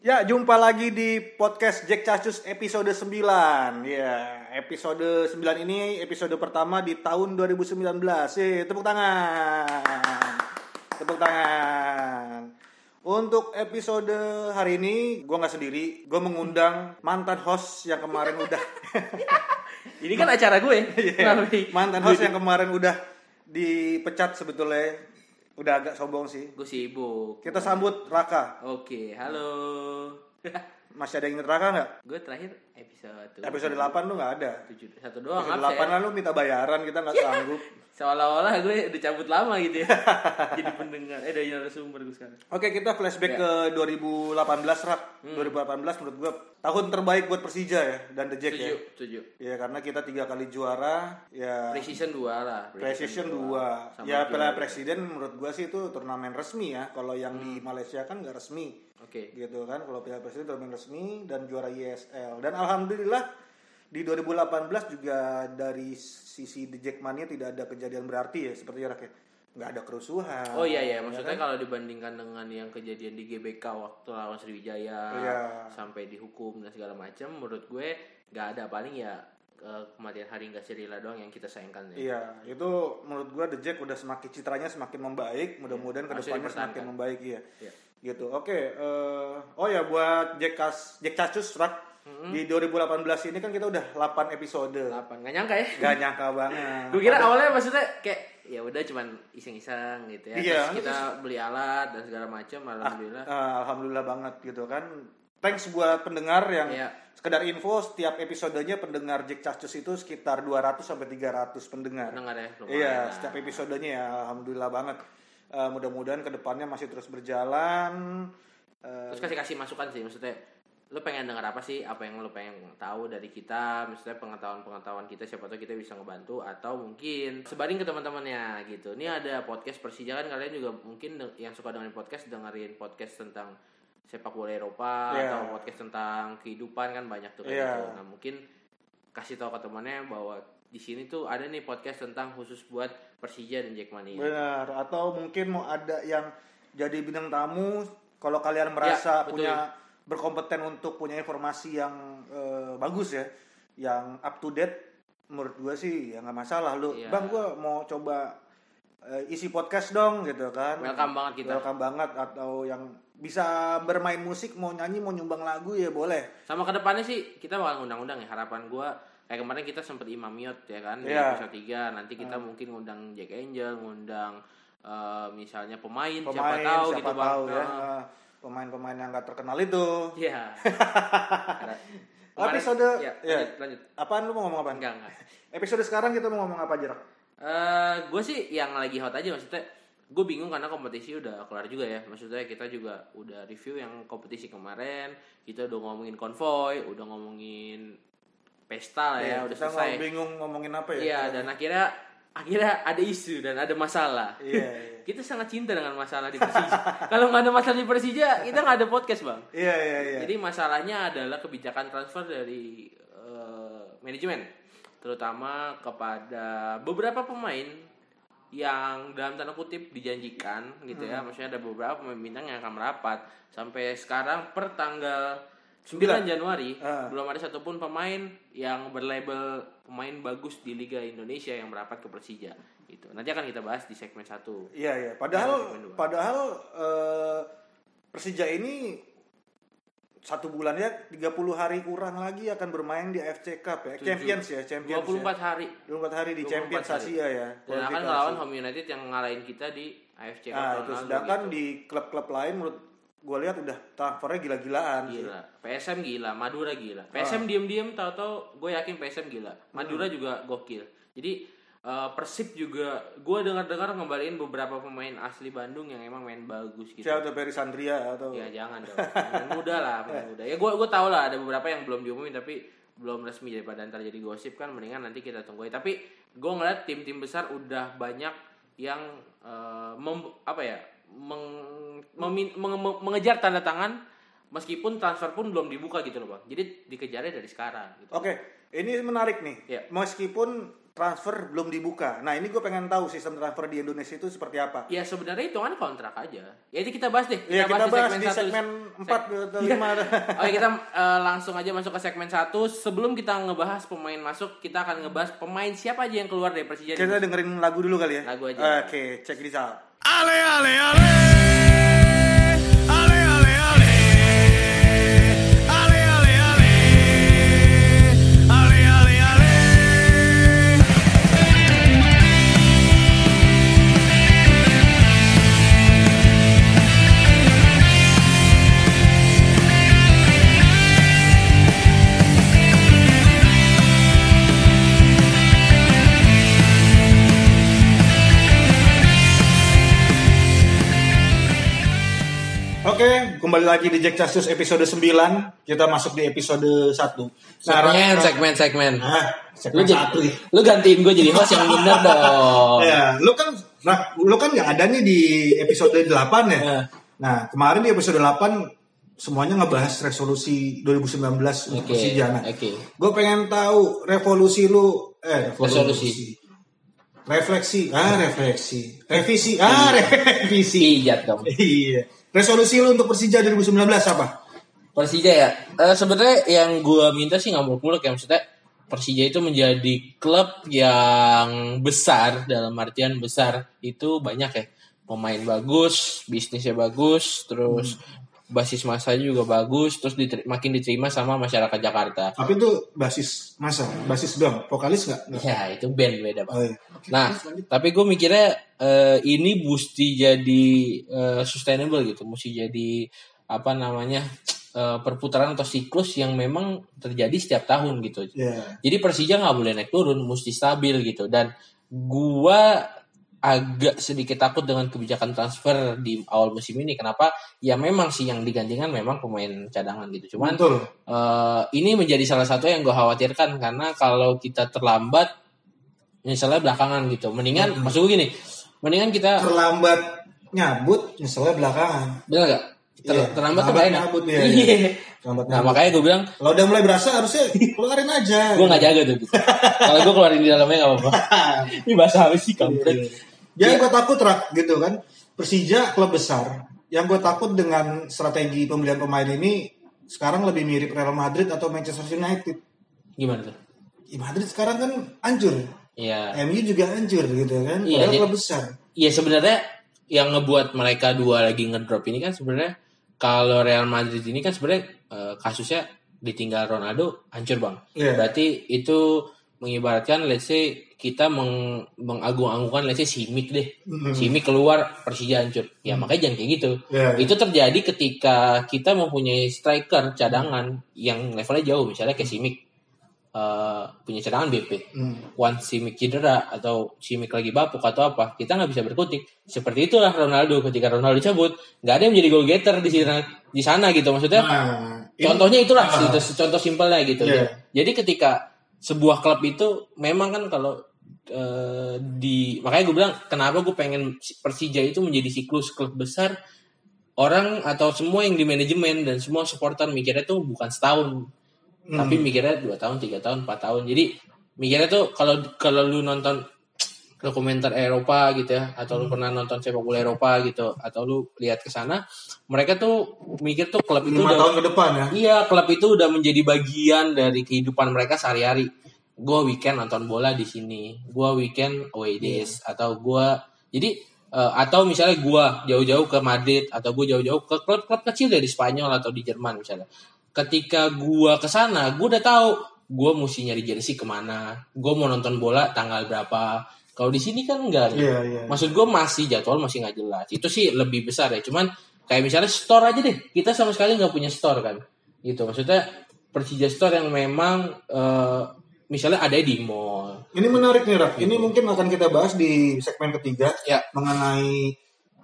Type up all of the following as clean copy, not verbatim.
Ya, jumpa lagi di podcast Jack Cacus episode 9. Ya, episode 9 ini episode pertama di tahun 2019. Tepuk tangan. Tepuk tangan. Untuk episode hari ini, gue gak sendiri. Gue mengundang mantan host yang kemarin udah... Ini kan acara gue. Yeah. Mantan host yang kemarin udah dipecat sebetulnya. Udah agak sombong sih. Gue sibuk. Kita sambut Raka. Oke, halo. Masih ada yang inget Raka gak? Gue terakhir episode 8 lu gak ada. 1 doang. Episode 8 lah lu minta bayaran, kita gak sanggup. Seolah-olah gue udah cabut lama gitu ya. Jadi pendengar. Dari narasumber gue sekarang. Oke, kita flashback ke 2018, Rak. 2018 menurut gue tahun terbaik buat Persija ya, dan The Jack ya. Setuju. Ya, karena kita 3 kali juara. Ya, Pre-season 2 lah. Pre-season 2. Ya, Piala Presiden menurut gue sih itu turnamen resmi ya. Kalau yang di Malaysia kan gak resmi. Oke. Gitu kan, kalau Piala Presiden turnamen resmi dan juara ISL. Dan alhamdulillah di 2018 juga dari sisi The Jackmania tidak ada kejadian berarti ya, seperti Rak ya. Nggak ada kerusuhan. Oh iya, maksudnya kan? Kalau dibandingkan dengan yang kejadian di GBK waktu lawan Sriwijaya sampai dihukum dan segala macam, menurut gue nggak ada, paling ya kematian Haringga Sirila doang yang kita sayangkan ya. Iya, itu menurut gue The Jack udah semakin citranya semakin membaik, mudah-mudahan kedepannya semakin membaik ya. Gitu. Oke, oh ya buat Jack Cacus Rak. Di 2018 ini kan kita udah 8 episode. 8. Nggak nyangka ya? Nggak nyangka banget. Gue kira awalnya maksudnya kayak ya udah cuman iseng-iseng gitu ya. Iya. Terus kita beli alat dan segala macam, alhamdulillah. Alhamdulillah banget gitu kan. Thanks buat pendengar yang sekedar info, setiap episodenya pendengar Jack Cacus itu sekitar 200 sampai 300 pendengar. Pendengar ya, lumayan. Iya, setiap episodenya ya alhamdulillah banget. Mudah-mudahan kedepannya masih terus berjalan. Terus kasih masukan sih, maksudnya lu pengen dengar apa sih, apa yang lu pengen tahu dari kita, maksudnya pengetahuan kita, siapa tahu kita bisa ngebantu, atau mungkin sebarin ke teman-temannya gitu. Ini ada podcast Persija kan, kalian juga mungkin yang suka dengerin dengerin podcast tentang sepak bola Eropa atau podcast tentang kehidupan kan banyak tuh kayak gitu. Nah mungkin kasih tahu ke temannya bahwa di sini tuh ada nih podcast tentang khusus buat Persija dan Jackmania. Benar, atau mungkin mau ada yang jadi bintang tamu, kalau kalian merasa punya berkompeten untuk punya informasi yang bagus ya, yang up to date, menurut gue sih ya nggak masalah lu. Bang, gue mau coba isi podcast dong gitu kan. Welcome banget kita. Welcome banget. Atau yang bisa bermain musik, mau nyanyi, mau nyumbang lagu ya boleh. Sama kedepannya sih kita bakal ngundang-undang ya, harapan gue. Kayak kemarin kita sempet Imam Yot ya kan di episode 3. Nanti kita mungkin ngundang Jack Angel, ngundang misalnya pemain siapa tahu gitu Bang. Ya. Pemain-pemain yang gak terkenal itu. Iya. Episode lanjut. Apaan, lu mau ngomong apa? Enggak. Episode sekarang kita mau ngomong apa aja, Rak? Gue sih yang lagi hot aja, maksudnya gue bingung karena kompetisi udah kelar juga ya. Maksudnya kita juga udah review yang kompetisi kemarin, kita udah ngomongin konvoy, udah ngomongin pesta lah ya, udah selesai. Kita bingung ngomongin apa ya? Iya, dan akhirnya ada isu dan ada masalah. Iya. Kita sangat cinta dengan masalah di Persija. Kalau nggak ada masalah di Persija, kita nggak ada podcast, Bang. Iya. Jadi masalahnya adalah kebijakan transfer dari manajemen, terutama kepada beberapa pemain yang dalam tanda kutip dijanjikan gitu ya. Maksudnya ada beberapa pemain bintang yang akan merapat. Sampai sekarang per tanggal 9 Januari belum ada satupun pemain yang berlabel pemain bagus di Liga Indonesia yang merapat ke Persija. Gitu. Nanti akan kita bahas di segmen 1. Iya. Padahal Persija ini 1 bulan ya, 30 hari kurang lagi akan bermain di AFC Cup ya. Champions 24 hari. 24 hari di Champions Asia ya. Dan akan ngelawan Home United yang ngalahin kita di AFC Cup. Nah, itu sedangkan di klub-klub lain menurut gue lihat udah transfernya gila-gilaan. Gila. PSM gila, Madura gila. PSM diem-diem tahu-tahu gue yakin PSM gila. Madura juga gokil. Jadi Persib juga gue dengar-dengar ngembaliin beberapa pemain asli Bandung yang emang main bagus gitu. Siapa tuh, Ferry Sandria atau? Ya jangan dong. Pemain muda lah, pemain muda. Ya gue tahu lah ada beberapa yang belum diumumin tapi belum resmi, daripada ntar jadi gosip kan, mendingan nanti kita tunggu. Tapi gue ngeliat tim-tim besar udah banyak yang mengejar tanda tangan meskipun transfer pun belum dibuka gitu loh Bang. Jadi dikejarnya dari sekarang gitu. Oke, ini menarik nih. Ya. Meskipun transfer belum dibuka. Nah, ini gue pengen tahu sistem transfer di Indonesia itu seperti apa. Ya sebenarnya itu kan kontrak aja. Ya itu kita bahas deh. Kita bahas di segmen 4 atau 5. Oke, kita langsung aja masuk ke segmen 1. Sebelum kita ngebahas pemain masuk, kita akan ngebahas pemain siapa aja yang keluar dari Persija. Kita dengerin lagu dulu kali ya. Lagu aja. Oke, check this out. Ale ale ale. Ale ale ale. Ale ale ale. Ale ale ale. Oke, kembali lagi di Jack Casus episode 9. Kita masuk di episode 1. Segmen. Segmen 1. Lu gantiin gue jadi host yang bener dong. Ya, lu kan nggak ada nih di episode 8 ya. Nah, kemarin di episode 8 semuanya ngebahas resolusi 2019 untuk Persija. Nah, gue pengen tahu resolusi. Revisi. Ijat dong. Iya. Resolusi lu untuk Persija 2019 apa? Persija ya. Sebenarnya yang gue minta sih nggak muluk-muluk ya, maksudnya Persija itu menjadi klub yang besar, dalam artian besar itu banyak ya. Pemain bagus, bisnisnya bagus, terus basis masanya juga bagus, terus makin diterima sama masyarakat Jakarta. Tapi itu basis masa, basis doang, vokalis nggak? Ya itu band beda Pak. Oh, iya. Nah, tapi gue mikirnya ini mesti jadi sustainable gitu, mesti jadi perputaran atau siklus yang memang terjadi setiap tahun gitu. Yeah. Jadi Persija nggak boleh naik turun, mesti stabil gitu. Dan gue agak sedikit takut dengan kebijakan transfer di awal musim ini. Kenapa? Ya memang sih yang digantikan memang pemain cadangan gitu. Cuman ini menjadi salah satu yang gue khawatirkan, karena kalau kita terlambat, misalnya belakangan gitu, mendingan maksud gue gini, mendingan kita terlambat nyabut, misalnya belakangan. Benar gak? Terlambat tuh enak. Nah makanya gue bilang, kalau udah mulai berasa harusnya keluarin aja. Gue nggak jaga tuh gitu. Kalau gue keluarin di dalamnya nggak apa-apa. Ini bahasa apa sih kampret? Yang gue takut gitu kan, Persija klub besar. Yang gue takut dengan strategi pembelian pemain ini sekarang lebih mirip Real Madrid atau Manchester United. Gimana tuh? Madrid sekarang kan hancur. Iya. MU juga hancur gitu kan. Iya, padahal klub besar. Iya sebenarnya yang ngebuat mereka dua lagi ngedrop ini kan sebenarnya, kalau Real Madrid ini kan sebenarnya kasusnya ditinggal Ronaldo hancur bang. Yeah. Berarti itu mengibaratkan let's say kita mengagung-agungkan let's say Simic deh. Simic keluar Persija hancur. Ya makanya jangan kayak gitu. Yeah. Itu terjadi ketika kita mempunyai striker cadangan yang levelnya jauh, misalnya kayak Simic. Punya cadangan BP. Once Simic cedera atau Simic lagi bapuk atau apa, kita nggak bisa berkutik. Seperti itulah Ronaldo, ketika Ronaldo cabut, nggak ada yang menjadi goal getter di sana gitu. Maksudnya contohnya itulah itu contoh simpelnya gitu. Yeah. Jadi ketika sebuah klub itu memang kan kalau makanya gue bilang kenapa gue pengen Persija itu menjadi siklus klub besar. Orang atau semua yang di manajemen dan semua supporter mikirnya tuh bukan setahun, tapi mikirnya 2 tahun, 3 tahun, 4 tahun. Jadi mikirnya tuh kalau lu nonton dokumenter Eropa gitu ya, atau lu pernah nonton sepak bola Eropa gitu, atau lu lihat ke sana, mereka tuh mikir tuh klub itu 5 tahun ke depan ya. Iya, klub itu udah menjadi bagian dari kehidupan mereka sehari-hari. Gue weekend nonton bola di sini, gue weekend away days, atau gue jadi atau misalnya gue jauh-jauh ke Madrid, atau gue jauh-jauh ke klub-klub kecil dari Spanyol atau di Jerman misalnya. Ketika gue kesana, gue udah tahu gue mesti nyari jersey kemana, gue mau nonton bola tanggal berapa. Kalau di sini kan enggak. Yeah. Maksud gue jadwal masih nggak jelas. Itu sih lebih besar ya. Cuman kayak misalnya store aja deh, kita sama sekali nggak punya store kan. Gitu. Maksudnya Persija Store yang memang misalnya ada di mall. Ini menarik nih Rak. Ini mungkin akan kita bahas di segmen ketiga ya. Mengenai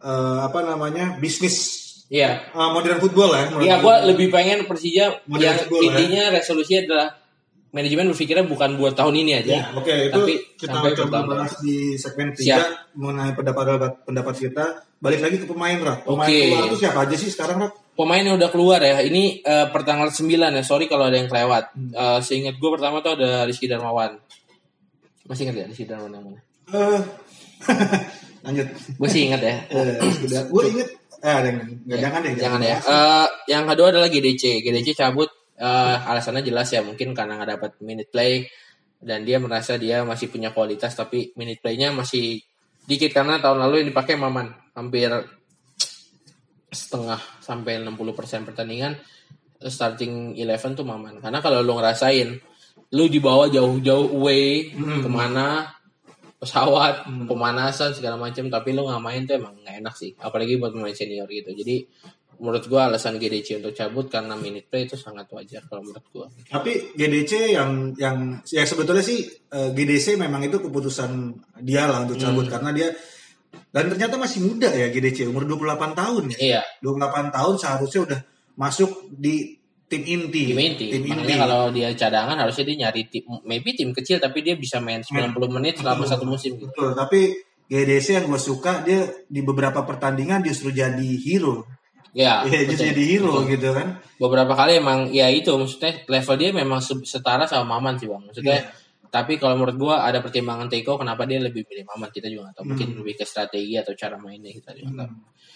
bisnis. Iya. Modern football ya. Iya, gue lebih pengen Persija modern yang football, intinya resolusinya adalah manajemen berpikirnya bukan buat tahun ini aja. Ya, oke, itu tapi kita akan bahas di segmen 3 mengenai pendapat kita. Balik lagi ke pemain Rak. Pemain keluar itu siapa aja sih sekarang Rak? Pemain yang udah keluar ya. Ini pertanggal 9 ya. Sorry kalau ada yang kelewat. Seingat gue pertama tuh ada Rizky Darmawan. Masih ingat ya di Sudan yang mana? Lanjut. Gue sih ingat ya. Gue inget. Jangan deh. Jangan ya. Yang kedua adalah GDC. GDC cabut. Alasannya jelas ya, mungkin karena nggak dapat minute play dan dia merasa dia masih punya kualitas tapi minute playnya masih dikit karena tahun lalu yang dipakai Maman hampir setengah sampai 60% pertandingan starting 11 tuh Maman. Karena kalau lu ngerasain lu dibawa jauh-jauh away kemana, pesawat, pemanasan segala macam, tapi lu nggak main tuh emang nggak enak sih, apalagi buat pemain senior gitu. Jadi menurut gua alasan GDC untuk cabut karena minute play itu sangat wajar kalau menurut gua. Tapi GDC yang ya sebetulnya sih GDC memang itu keputusan dia lah untuk cabut karena dia dan ternyata masih muda ya GDC, umur 28 tahun ya. Iya. 28 tahun seharusnya udah masuk di tim inti. Makanya kalau dia cadangan harusnya dia nyari tim kecil tapi dia bisa main 90 menit selama satu musim gitu. Betul, tapi GDC yang gue suka dia di beberapa pertandingan justru jadi hero. Ya, justru jadi hero gitu kan. Beberapa kali emang ya itu maksudnya level dia memang setara sama Maman sih Bang. Maksudnya tapi kalau menurut gua ada pertimbangan Teiko kenapa dia lebih milih Maman, kita juga nggak tahu. Mungkin lebih ke strategi atau cara mainnya kita juga nggak tahu.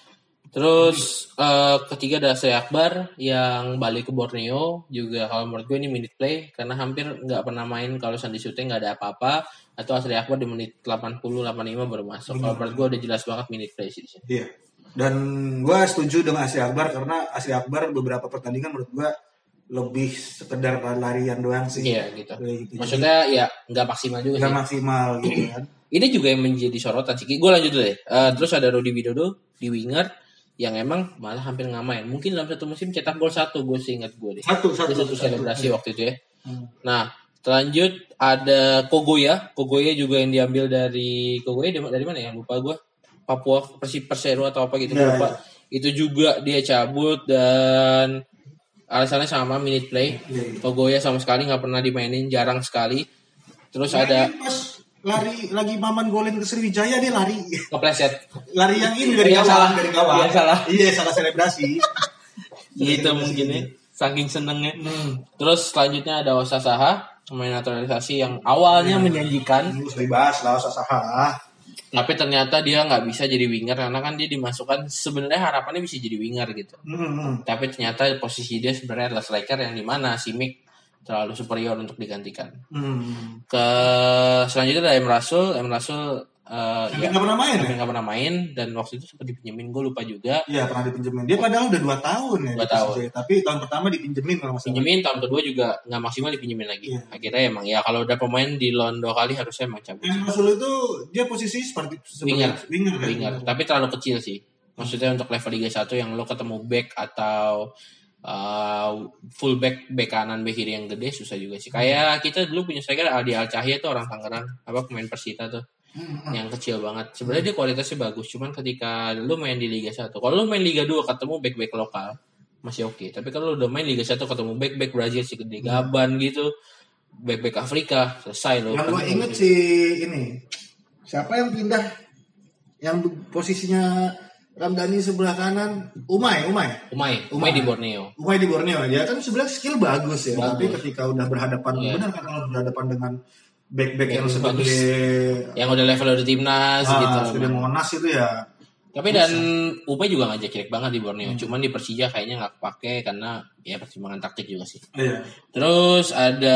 Terus ketiga ada Asri Akbar yang balik ke Borneo juga. Kalau menurut gue ini minute play karena hampir nggak pernah main kalau Sandi Sute nggak ada apa-apa, atau Asri Akbar di menit 80-85 baru masuk. Kalau menurut gue udah jelas banget minute play sih. Iya. Dan gue setuju dengan Asri Akbar karena Asri Akbar beberapa pertandingan menurut gue lebih sekedar larian doang sih. Iya gitu. Gitu. Maksudnya ya nggak maksimal juga sih. Nggak maksimal gitu kan. Ini juga yang menjadi sorotan sih. Gue lanjut dulu deh. Terus ada Rudi Widodo di winger yang emang malah hampir nggak main. Mungkin dalam satu musim cetak gol 1, gue seingat gue deh. Satu selebrasi waktu itu ya. Nah, terlanjut ada Kogoya juga yang diambil dari dari mana ya? Lupa gue. Papua Persero atau apa gitu lupa. Itu juga dia cabut dan alasannya sama minute play. Kogoya sama sekali nggak pernah dimainin, jarang sekali. Terus ada pas lari lagi Maman golin ke Sriwijaya dia lari. Kepleset. Lari yang ini dari gawang. Iya, salah selebrasi. Gitu mungkin ya. Saking senengnya. Terus selanjutnya ada Osasaha, pemain naturalisasi yang awalnya menjanjikan. Bebas lah Osasaha. Tapi ternyata dia nggak bisa jadi winger karena kan dia dimasukkan sebenarnya harapannya bisa jadi winger gitu. Tapi ternyata posisi dia sebenarnya adalah striker yang dimana Simic terlalu superior untuk digantikan. Ke selanjutnya ada Emre Rasul nggak pernah main dan waktu itu sempat dipinjemin, gue lupa juga. Iya pernah dipinjemin. Dia padahal udah 2 tahun ya. 2 tahun. Tapi tahun pertama dipinjemin kalau masalah. Pinjemin, tahun kedua juga nggak maksimal dipinjemin lagi. Akhirnya emang ya kalau udah pemain di loan 2 kali harusnya emang cabut. Rasul itu dia posisi seperti winger. Tapi terlalu kecil sih. Maksudnya untuk level Liga 1 yang lo ketemu back atau full back kanan back kiri yang gede susah juga sih. Kayak kita dulu punya striker Aldi Al-Cahya tuh orang Tangerang, pemain Persita tuh. Yang kecil banget. Sebenarnya dia kualitasnya bagus, cuman ketika lu main di Liga 1, kalau lu main Liga 2 ketemu back lokal masih oke. Tapi kalau lu udah main Liga 1 ketemu back Brazil si gede Gaban gitu, back Afrika, selesai lo. Yang gue inget sih ini. Siapa yang pindah yang posisinya Ramdhani sebelah kanan? Umay di Borneo. Umay di Borneo. Dia kan sebenarnya skill bagus ya, tapi ketika udah berhadapan benar kan kalau berhadapan dengan back yang sebagai yang udah level udah timnas gitu. Sudah Monas itu ya. Tapi dan Upay juga ngajak jelek banget di Borneo. Cuman di Persija kayaknya nggak kepake karena ya pertimbangan taktik juga sih. Iya. Terus ada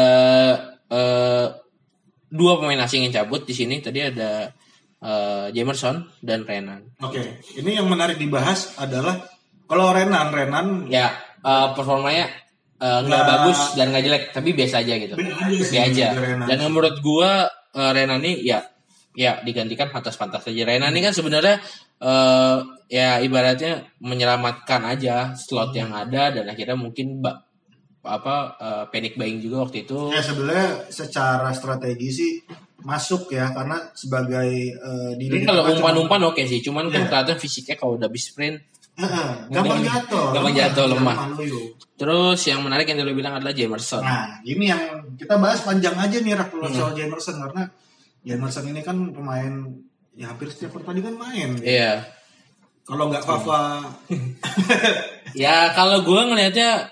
2 pemain asing yang cabut di sini. Tadi ada Jamerson dan Renan. Oke. Ini yang menarik dibahas adalah kalau Renan ya performanya nggak bagus dan nggak jelek, tapi biasa aja gitu. Biasa aja. Dan menurut gua Renan ini ya digantikan pantas-pantas aja. Renan ini kan sebenarnya ya ibaratnya menyelamatkan aja slot yang ada dan akhirnya mungkin panic buying juga waktu itu. Ya sebenarnya secara strategi sih masuk ya karena sebagai ini kalau umpan oke sih, cuman kan kelihatan fisiknya kalau udah habis sprint gampang jatuh lemah. Terus yang menarik yang dulu bilang adalah Jamerson. Nah ini yang kita bahas panjang aja nih soal Jamerson karena Jamerson ini kan pemain ya hampir setiap pertandingan main. Iya. Kalau nggak Fafa. Ya kalau gue ngelihatnya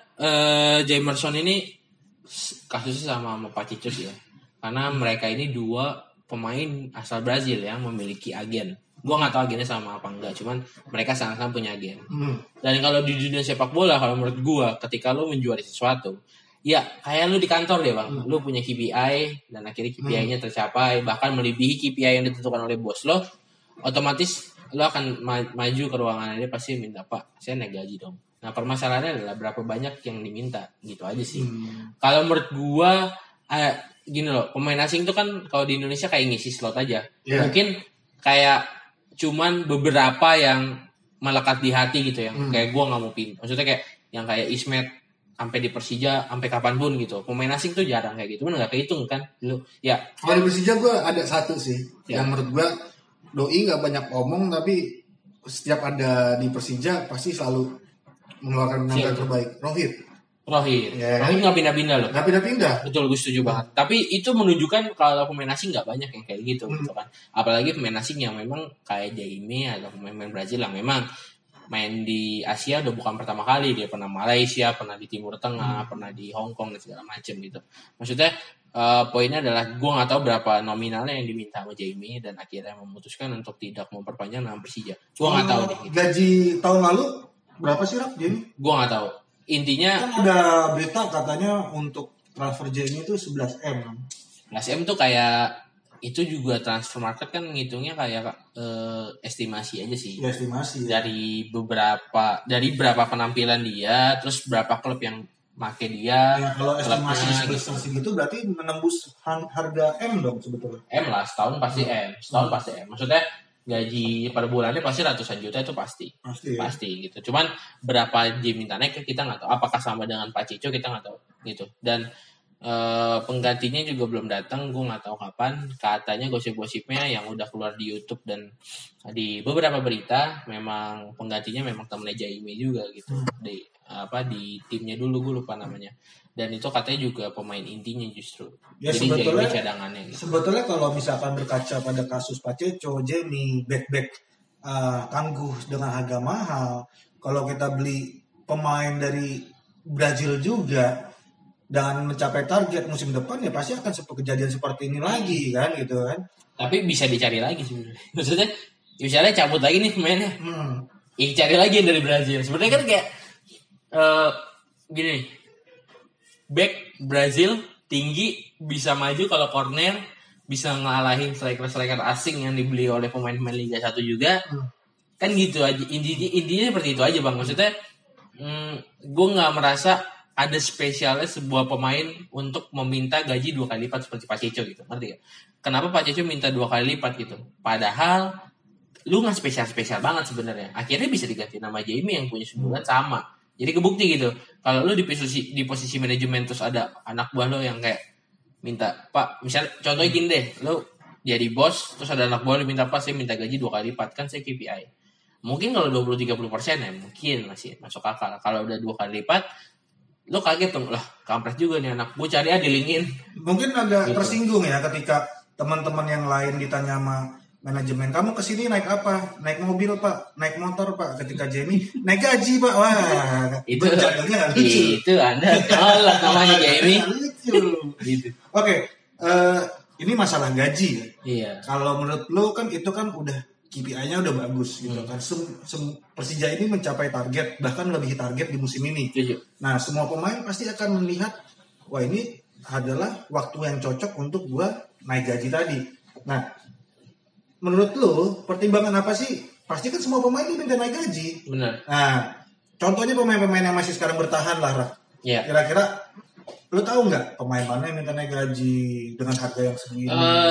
Jamerson ini kasusnya sama Pacicius ya. Karena mereka ini 2 pemain asal Brazil yang memiliki agen. Gue nggak tahu agennya sama apa enggak, cuman mereka sama-sama punya agen. Dan kalau di dunia sepak bola, kalau menurut gue, ketika lu menjuari sesuatu, ya kayak lu di kantor deh bang, lu punya KPI dan akhirnya KPI-nya tercapai, bahkan melebihi KPI yang ditentukan oleh bos lo, otomatis lo akan maju ke ruangan dia pasti minta, Pak, saya naik gaji dong. Nah permasalahannya adalah berapa banyak yang diminta, gitu aja sih. Kalau menurut gua gini loh, pemain asing itu kan kalau di Indonesia kayak ngisi slot aja. Mungkin kayak cuman beberapa yang melekat di hati gitu ya. Kayak gua nggak mau pindah. Maksudnya kayak yang kayak Ismet sampai di Persija sampai kapanpun gitu. Pemain asing tuh jarang kayak gitu. Mana nggak kehitung kan? Lu ya. Kalau di Persija gue ada satu sih yang menurut gue doi nggak banyak omong, tapi setiap ada di Persija pasti selalu mengeluarkan penampilan terbaik. Rohit Rohit nggak pindah-pindah loh. nggak pindah-pindah. Betul, gue setuju banget. Tapi itu menunjukkan kalau pemain asing nggak banyak yang kayak gitu, gitu kan. Apalagi pemain asing yang memang kayak Jaime atau pemain Brazil yang memang main di Asia udah bukan pertama kali. Dia pernah Malaysia, pernah di Timur Tengah, pernah di Hong Kong dan segala macam gitu. Maksudnya poinnya adalah gue nggak tahu berapa nominalnya yang diminta sama Jaime dan akhirnya memutuskan untuk tidak memperpanjang nama Persija. Gue nggak tahu deh. Gitu. Gaji tahun lalu berapa sih Rap Jaime? Gue nggak tahu. Intinya Kan ada berita katanya untuk transfer Jaime itu 11M. 11M tuh kayak itu juga transfer market kan ngitungnya kayak estimasi aja sih. Ya estimasi. Dari berapa penampilan dia, terus berapa klub yang make dia. Ya, kalau estimasi klubnya, sebesar segitu berarti menembus harga M dong sebetulnya. M lah, setahun pasti M. Maksudnya gaji per bulannya pasti ratusan juta itu pasti gitu. Cuman berapa dia minta naik kita nggak tahu. Apakah sama dengan Pak Cico kita nggak tahu gitu. Dan penggantinya juga belum datang, gue nggak tahu kapan. Katanya gosip-gosipnya yang udah keluar di YouTube dan di beberapa berita memang penggantinya memang temennya Jaime juga gitu. Di timnya dulu gue lupa namanya. Dan itu katanya juga pemain intinya justru. Ya, jadi Jaime cadangannya gitu. Sebetulnya kalau misalkan berkaca pada kasus Paceco, Jaime, back tangguh dengan harga mahal, kalau kita beli pemain dari Brazil juga dan mencapai target musim depan ya pasti akan kejadian seperti ini lagi kan gitu kan. Tapi bisa dicari lagi sebenarnya. Maksudnya misalnya cabut lagi nih pemainnya. Cari lagi yang dari Brazil. Sebenarnya kan kayak gini nih. Back Brazil tinggi bisa maju kalau corner bisa ngalahin striker asing yang dibeli oleh pemain-pemain Liga 1 juga. Kan gitu aja. Intinya seperti itu aja Bang. Maksudnya gue nggak merasa ada spesialnya sebuah pemain untuk meminta gaji 2 kali lipat seperti Pak Cico gitu. Ngerti gak? Kenapa Pak Cico minta 2 kali lipat gitu? Padahal lu nggak spesial banget sebenarnya. Akhirnya bisa diganti nama Jaime yang punya sumbangan sama. Jadi kebukti gitu. Kalau lu di posisi manajemen terus ada anak buah lo yang kayak minta, Pak, misalnya contohnya gini deh, lu jadi bos terus ada anak buah lu minta, Pak, saya minta gaji 2 kali lipat, kan saya KPI. Mungkin kalau 20-30% ya mungkin masih masuk akal. Kalau udah 2 kali lipat, lu kaget dong, lah kampret juga nih anak. Gue cari di LinkedIn. Mungkin agak tersinggung ya ketika teman-teman yang lain ditanya sama manajemen, kamu kesini naik apa? Naik mobil Pak, naik motor Pak. Ketika Jaime naik gaji Pak, wah itu bercandanya nggak lucu. Itu Anda tolak namanya Jaime. Gitu. Oke, ini masalah gaji ya. Iya. Kalau menurut lo kan itu kan udah KPI-nya udah bagus gitu kan. Persija ini mencapai target, bahkan lebih target di musim ini. Nah, semua pemain pasti akan melihat, wah ini adalah waktu yang cocok untuk gua naik gaji tadi. Nah, menurut lo pertimbangan apa sih? Pasti kan semua pemain ini minta naik gaji. Benar. Nah, contohnya pemain-pemain yang masih sekarang bertahan lah, Rak. Iya. Kira-kira lo tahu nggak pemain mana yang minta naik gaji dengan harga yang segini?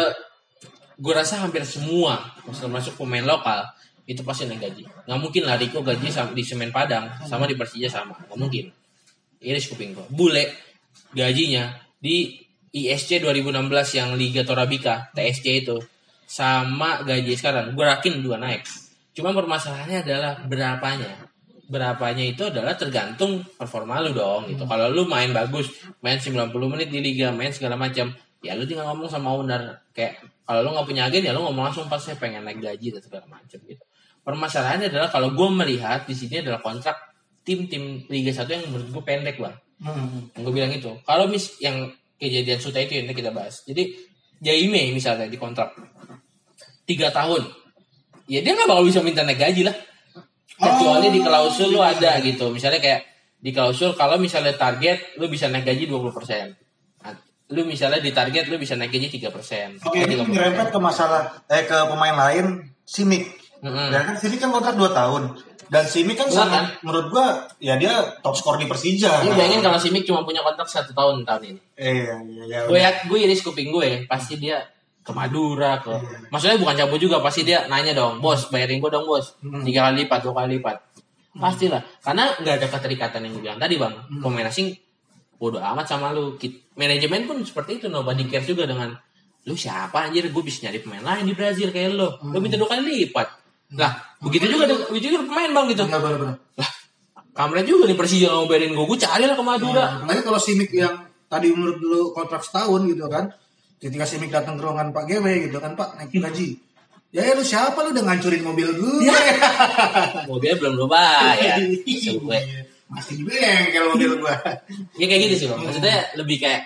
Gue rasa hampir semua, masuk pemain lokal itu pasti naik gaji. Nggak mungkin lah Rico gaji di Semen Padang sama di Persija sama, nggak mungkin. Ini kuping gue. Bule gajinya di ISC 2016 yang Liga Torabika TSC itu sama gaji sekarang, gue yakin 2 naik. Cuma permasalahannya adalah berapanya itu adalah tergantung performa lu dong gitu. Kalau lu main bagus, main 90 menit di liga, main segala macam, ya lu tinggal ngomong sama owner. Kayak kalau lu nggak punya agen ya lu ngomong langsung, pas saya pengen naik gaji dan segala macam gitu. Permasalahannya adalah kalau gue melihat di sini adalah kontrak tim-tim Liga 1 yang menurut gue pendek Bang. Yang gue bilang itu. Kalau yang kejadian Suta itu yang kita bahas. Jadi Jaime misalnya di kontrak 3 tahun, ya dia nggak bakal bisa minta naik gaji lah. Kecuali di klausul lu ada gitu. Misalnya kayak di klausul kalau misalnya target lu bisa naik gaji 20%. Lu misalnya di target lu bisa naik gaji 3%. Oke, ini nyerempet ke masalah ke pemain lain, Simic. Dan kan Simic kan kontrak 2 tahun. Dan Simic kan sangat menurut gua ya dia top skor di Persija. Lu bayangin kalau Simic cuma punya kontrak 1 tahun ini. Iya. Gue iris kuping gue, pasti dia ke Madura ke. Maksudnya bukan cabut juga, pasti dia nanya dong, bos bayarin gue dong bos, 3 kali lipat, 2 kali lipat. Pastilah, karena nggak ada keterikatan yang gue bilang tadi bang. Pemain asing bodo amat sama lu. Manajemen pun seperti itu, nobody cares juga dengan lu siapa anjir, gue bisa nyari pemain lain di Brazil kayak lu minta 2 kali lipat. Lah, begitu juga pemain bang gitu. Benar. Lah, Kamret juga nih Persija nggak mau bayarin gue carilah ke Madura. Apalagi kalau Simic yang tadi menurut dulu kontrak setahun gitu kan, ketika Simic datang ke ruangan Pak GW gitu kan, Pak naik gaji. Ya lu siapa, lu udah ngancurin mobil gue. Mobilnya belum lupa ya. Gue masih di bengkel mobil gue. Ya kayak gitu sih bang. Maksudnya lebih kayak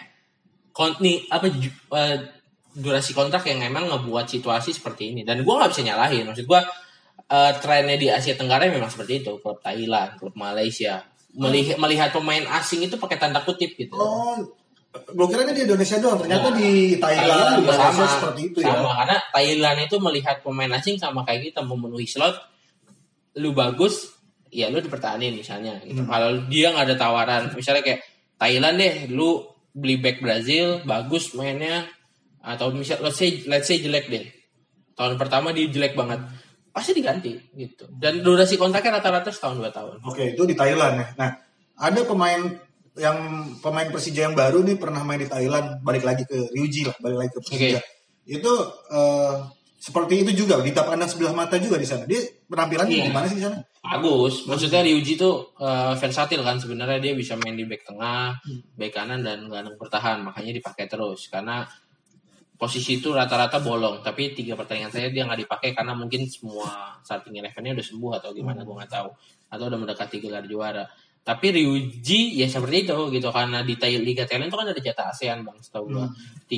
durasi kontrak yang memang ngebuat situasi seperti ini. Dan gue nggak bisa nyalahin. Maksud gue trennya di Asia Tenggara memang seperti itu. Klub Thailand, klub Malaysia melihat pemain asing itu pakai tanda kutip gitu. Gue kira ini di Indonesia doang, ternyata di Thailand juga sama seperti itu ya. Sama, karena Thailand itu melihat pemain asing sama kayak kita memenuhi slot, lu bagus, ya lu dipertahanin misalnya. Gitu. Kalau dia nggak ada tawaran, misalnya kayak Thailand deh, lu beli back Brazil, bagus mainnya, atau misal let's say jelek deh, tahun pertama dia jelek banget, pasti diganti gitu. Dan durasi kontraknya rata-rata setahun 2 tahun. Oke, itu di Thailand ya. Nah, ada pemain Persija yang baru nih pernah main di Thailand, balik lagi ke Ryuji lah, balik lagi ke Persija. Itu seperti itu juga, di tatapan sebelah mata juga di sana. Dia penampilannya gimana sih di sana? Bagus, maksudnya Ryuji tuh versatil kan sebenarnya, dia bisa main di back tengah, back kanan dan gelandang bertahan, makanya dipakai terus karena posisi itu rata-rata bolong, tapi 3 pertandingan saya dia nggak dipakai karena mungkin semua starting 11-nya udah sembuh atau gimana gue nggak tahu, atau udah mendekati gelar juara. Tapi Ryuji ya seperti itu gitu, karena di Liga Thailand itu kan ada jatah ASEAN bang, setahu gue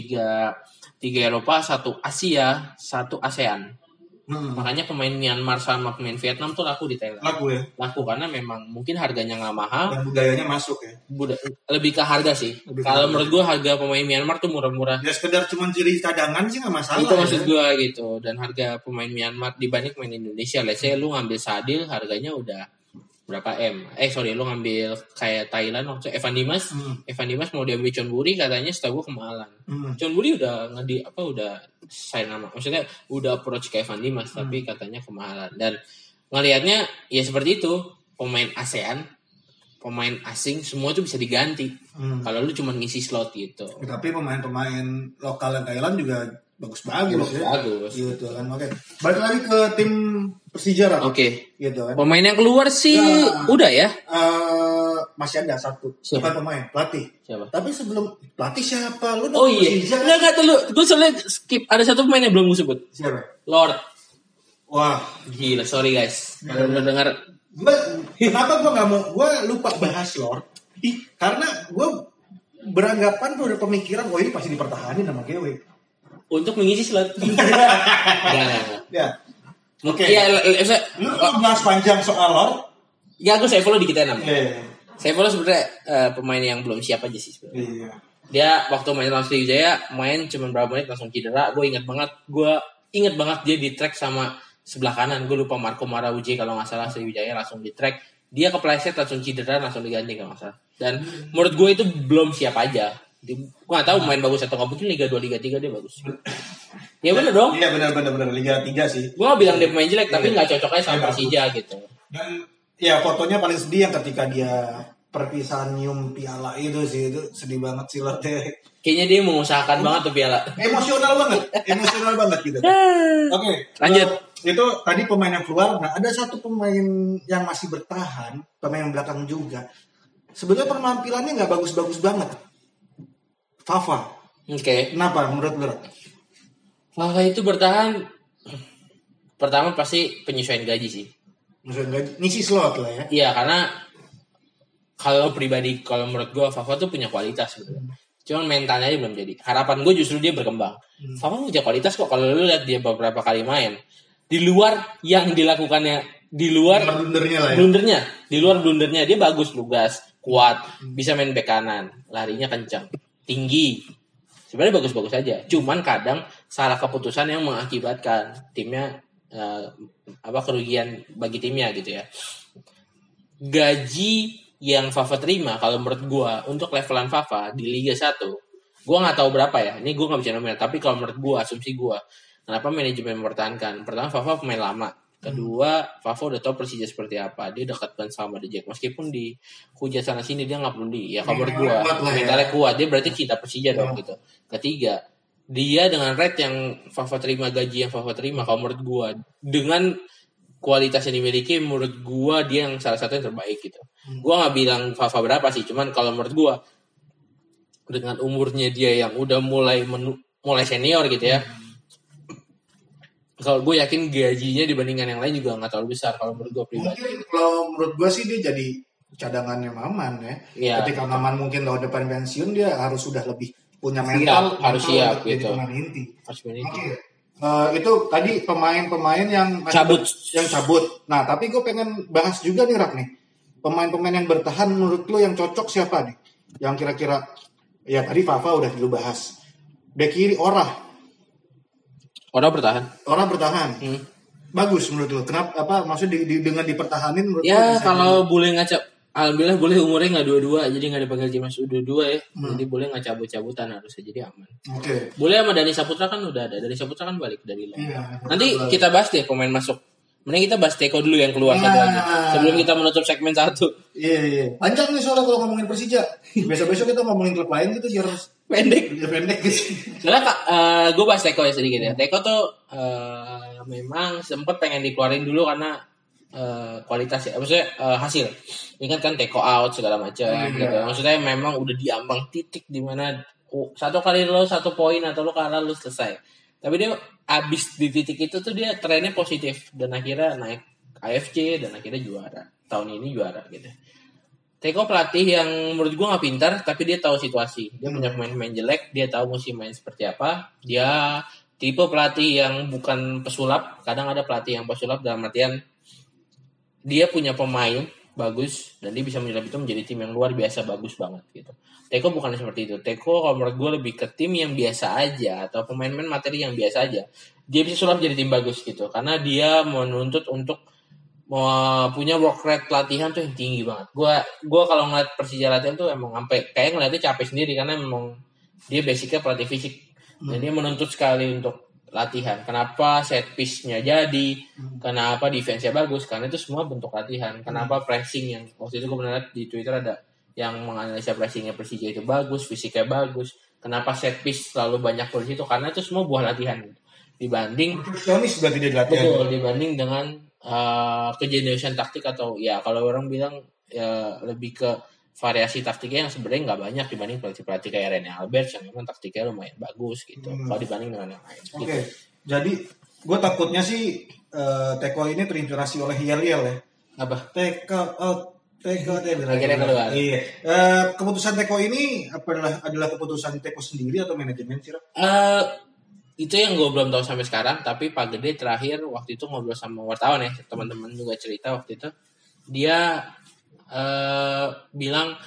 3 Eropa, 1 Asia, 1 ASEAN. Makanya pemain Myanmar sama pemain Vietnam tuh laku di Thailand. Laku karena memang mungkin harganya nggak mahal dan budayanya masuk ya. Lebih ke harga sih. Kalau menurut gue harga pemain Myanmar tuh murah-murah. Ya sekedar cuma jadi cadangan sih nggak masalah. Itu maksud gue gitu. Dan harga pemain Myanmar dibanding pemain Indonesia, let's say lu ngambil Sadil harganya udah berapa M? Lu ngambil kayak Thailand waktu Evan Dimas mau diambil Chonburi, katanya setahu gue kemahalan. Chonburi udah udah sign nama, maksudnya udah approach ke Evan Dimas, tapi katanya kemahalan. Dan ngelihatnya ya seperti itu, pemain ASEAN, pemain asing semua itu bisa diganti kalau lu cuma ngisi slot gitu. Tapi pemain-pemain lokal yang Thailand juga bagus-bagus ya. Bagus. Gitu kan. Oke. Balik lagi ke tim Persija lah. Oke. Gitu kan. Pemain yang keluar sih udah ya. Masih ada satu. Siapa? Bukan pemain, pelatih. Siapa? Tapi sebelum pelatih siapa? Lu Persija. Enggak dulu. Gue soalnya skip, ada satu pemain yang belum gue sebut. Siapa? Lord. Wah, gila, sorry guys. Kalau udah dengar, kenapa gue lupa bahas Lord? Karena gue beranggapan, gue udah pemikiran, ini pasti dipertahanin sama GW. Untuk mengisi slot. Ya. Oke. Ya, lu bahas panjang soal Lord. Ya, aku saya follow dikit aja namanya. Iya. Saya follow sebenarnya pemain yang belum siap aja sih sebenarnya. Iya. Dia waktu main lawan Sriwijaya main cuma berapa menit langsung cedera. Gue ingat banget dia di track sama sebelah kanan. Gue lupa Marco Marawuje kalau nggak salah, Sriwijaya langsung di track. Dia kepleset langsung cedera, langsung diganti kalau nggak salah. Dan menurut gue itu belum siap aja. Gue gak tahu main bagus atau nggak, mungkin Liga 2, Liga 3 dia bagus. Ya bener dong. Iya bener Liga 3 sih. Gue gak bilang dia pemain jelek, tapi gak cocoknya sama Persija gitu. Dan ya fotonya paling sedih yang ketika dia perpisahan nyium piala itu sih, itu sedih banget sih Lord. Kayaknya dia mengusahakan banget tuh piala. Emosional banget gitu. Oke, lanjut. Itu tadi pemain yang keluar. Nah, ada satu pemain yang masih bertahan, pemain yang belakang juga. Sebenarnya penampilannya nggak bagus-bagus banget. Fafa. Oke. Kenapa menurut lu? Fafa itu bertahan. Pertama pasti penyesuaian gaji sih. Penyesuaian gaji, ngisi slot lah ya. Iya, karena kalau pribadi, kalau menurut gue Fafa tuh punya kualitas sebenarnya. Cuman mentalnya aja belum jadi. Harapan gue justru dia berkembang. Fafa punya kualitas kok kalau lu lihat dia beberapa kali main. Di luar yang dilakukannya, di luar blundernya lah ya. blundernya, di luar blundernya dia bagus, lugas, kuat, bisa main bek kanan, larinya kencang, tinggi. Sebenarnya bagus-bagus aja. Cuman kadang salah keputusan yang mengakibatkan timnya kerugian bagi timnya gitu ya. Gaji yang Fafa terima kalau menurut gue untuk levelan Fafa di Liga 1, gue nggak tahu berapa ya, ini gue nggak bisa nominal, tapi kalau menurut gue, asumsi gue, kenapa manajemen mempertahankan? Pertama, Fafa pemain lama. Kedua, Fafa udah tahu Persija seperti apa, dia dekat banget sama The Jack, meskipun di hujat sana sini dia nggak peduli. Ya kalau menurut gue mentalnya kuat, dia berarti cinta Persija dong gitu. Ketiga, dia dengan rate yang Fafa terima, gaji yang Fafa terima, kalau menurut gue dengan kualitas yang dimiliki, menurut gua dia yang salah satu yang terbaik gitu. Gua nggak bilang Fafa berapa sih, cuman kalau menurut gua dengan umurnya dia yang udah mulai senior gitu ya. Kalau gue yakin gajinya dibandingkan yang lain juga nggak terlalu besar kalau menurut gua pribadi. Mungkin kalau menurut gua sih dia jadi cadangannya Maman ya. Iya. Ketika Maman mungkin tahun depan pensiun, dia harus sudah lebih punya mental, harus siap untuk jadi gitu. pemain inti. Harus main Oke. itu. Itu tadi pemain-pemain yang Cabut. Nah, tapi gue pengen bahas juga nih Rak nih. Pemain-pemain yang bertahan menurut lo yang cocok siapa nih? Yang kira-kira ya tadi Fafa udah dulu bahas. Bek kiri Ora bertahan. Bagus menurut lo. Kenapa? Maksudnya dengan dipertahanin menurut lo? Ya kalau boleh ngaca, alhamdulillah boleh umurnya nggak 22, jadi nggak dipanggil timnas U22 ya. Jadi boleh nggak cabut-cabutan, harusnya jadi aman. Oke. Boleh sama Dani Saputra kan udah ada. Dani Saputra kan balik dari luar. Iya. Nanti kita bahas deh pemain masuk. Mending kita bahas Teko dulu yang keluar satu lagi. Sebelum kita menutup segmen 1. Iya. Panjang nih soalnya kalau ngomongin Persija. Besok-besok kita ngomongin klub lain gitu biar Pendek. gitu. Soalnya gue bahas Teko ya sedikit ya. Teko tuh memang sempet pengen dikeluarin dulu karena kualitas ya, maksudnya hasil. Ingat kan Teko out segala macam gitu. Maksudnya memang udah diambang titik di mana satu kali lo 1 poin atau lo kalah lo selesai. Tapi dia abis di titik itu tuh dia trennya positif dan akhirnya naik AFC dan akhirnya juara. Tahun ini juara gitu. Teko pelatih yang menurut gue nggak pintar, tapi dia tahu situasi. Dia punya pemain-pemain jelek, dia tahu musim main seperti apa. Dia tipe pelatih yang bukan pesulap. Kadang ada pelatih yang pesulap dalam artian dia punya pemain bagus dan dia bisa menyulap itu menjadi tim yang luar biasa bagus banget gitu. Teko bukan seperti itu. Teko kalau menurut gue lebih ke tim yang biasa aja atau pemain-pemain materi yang biasa aja. Dia bisa sulap jadi tim bagus gitu karena dia menuntut untuk punya work rate latihan tuh yang tinggi banget. Gua kalau ngeliat Persija latihan tuh emang sampai kayak ngeliatnya capek sendiri karena memang dia basicnya pelatih fisik dan dia menuntut sekali untuk latihan. Kenapa set piece-nya jadi? Kenapa defense-nya bagus? Karena itu semua bentuk latihan. Kenapa pressing yang waktu itu gue pernah lihat di Twitter ada yang menganalisa pressing-nya Persija itu bagus, fisiknya bagus. Kenapa set piece selalu banyak di situ? Karena itu semua buah latihan. Dibanding Perfeksionis berarti dia di latihan. betul dibanding dengan kejeniusan taktik atau ya kalau orang bilang ya lebih ke variasi taktiknya yang sebenarnya nggak banyak dibanding pelatih-pelatih kayak Rene Alberts yang memang taktiknya lumayan bagus gitu kalau dibanding dengan yang lain. Oke. Gitu. Jadi gue takutnya sih Teko ini terinspirasi oleh Yel ya. Apa? Teko Akhirnya keluar. Iya. Keputusan Teko ini adalah keputusan Teko sendiri atau manajemen sih? Itu yang gue belum tahu sampai sekarang, tapi Pak Gede terakhir waktu itu ngobrol sama wartawan ya, teman-teman juga cerita waktu itu dia bilang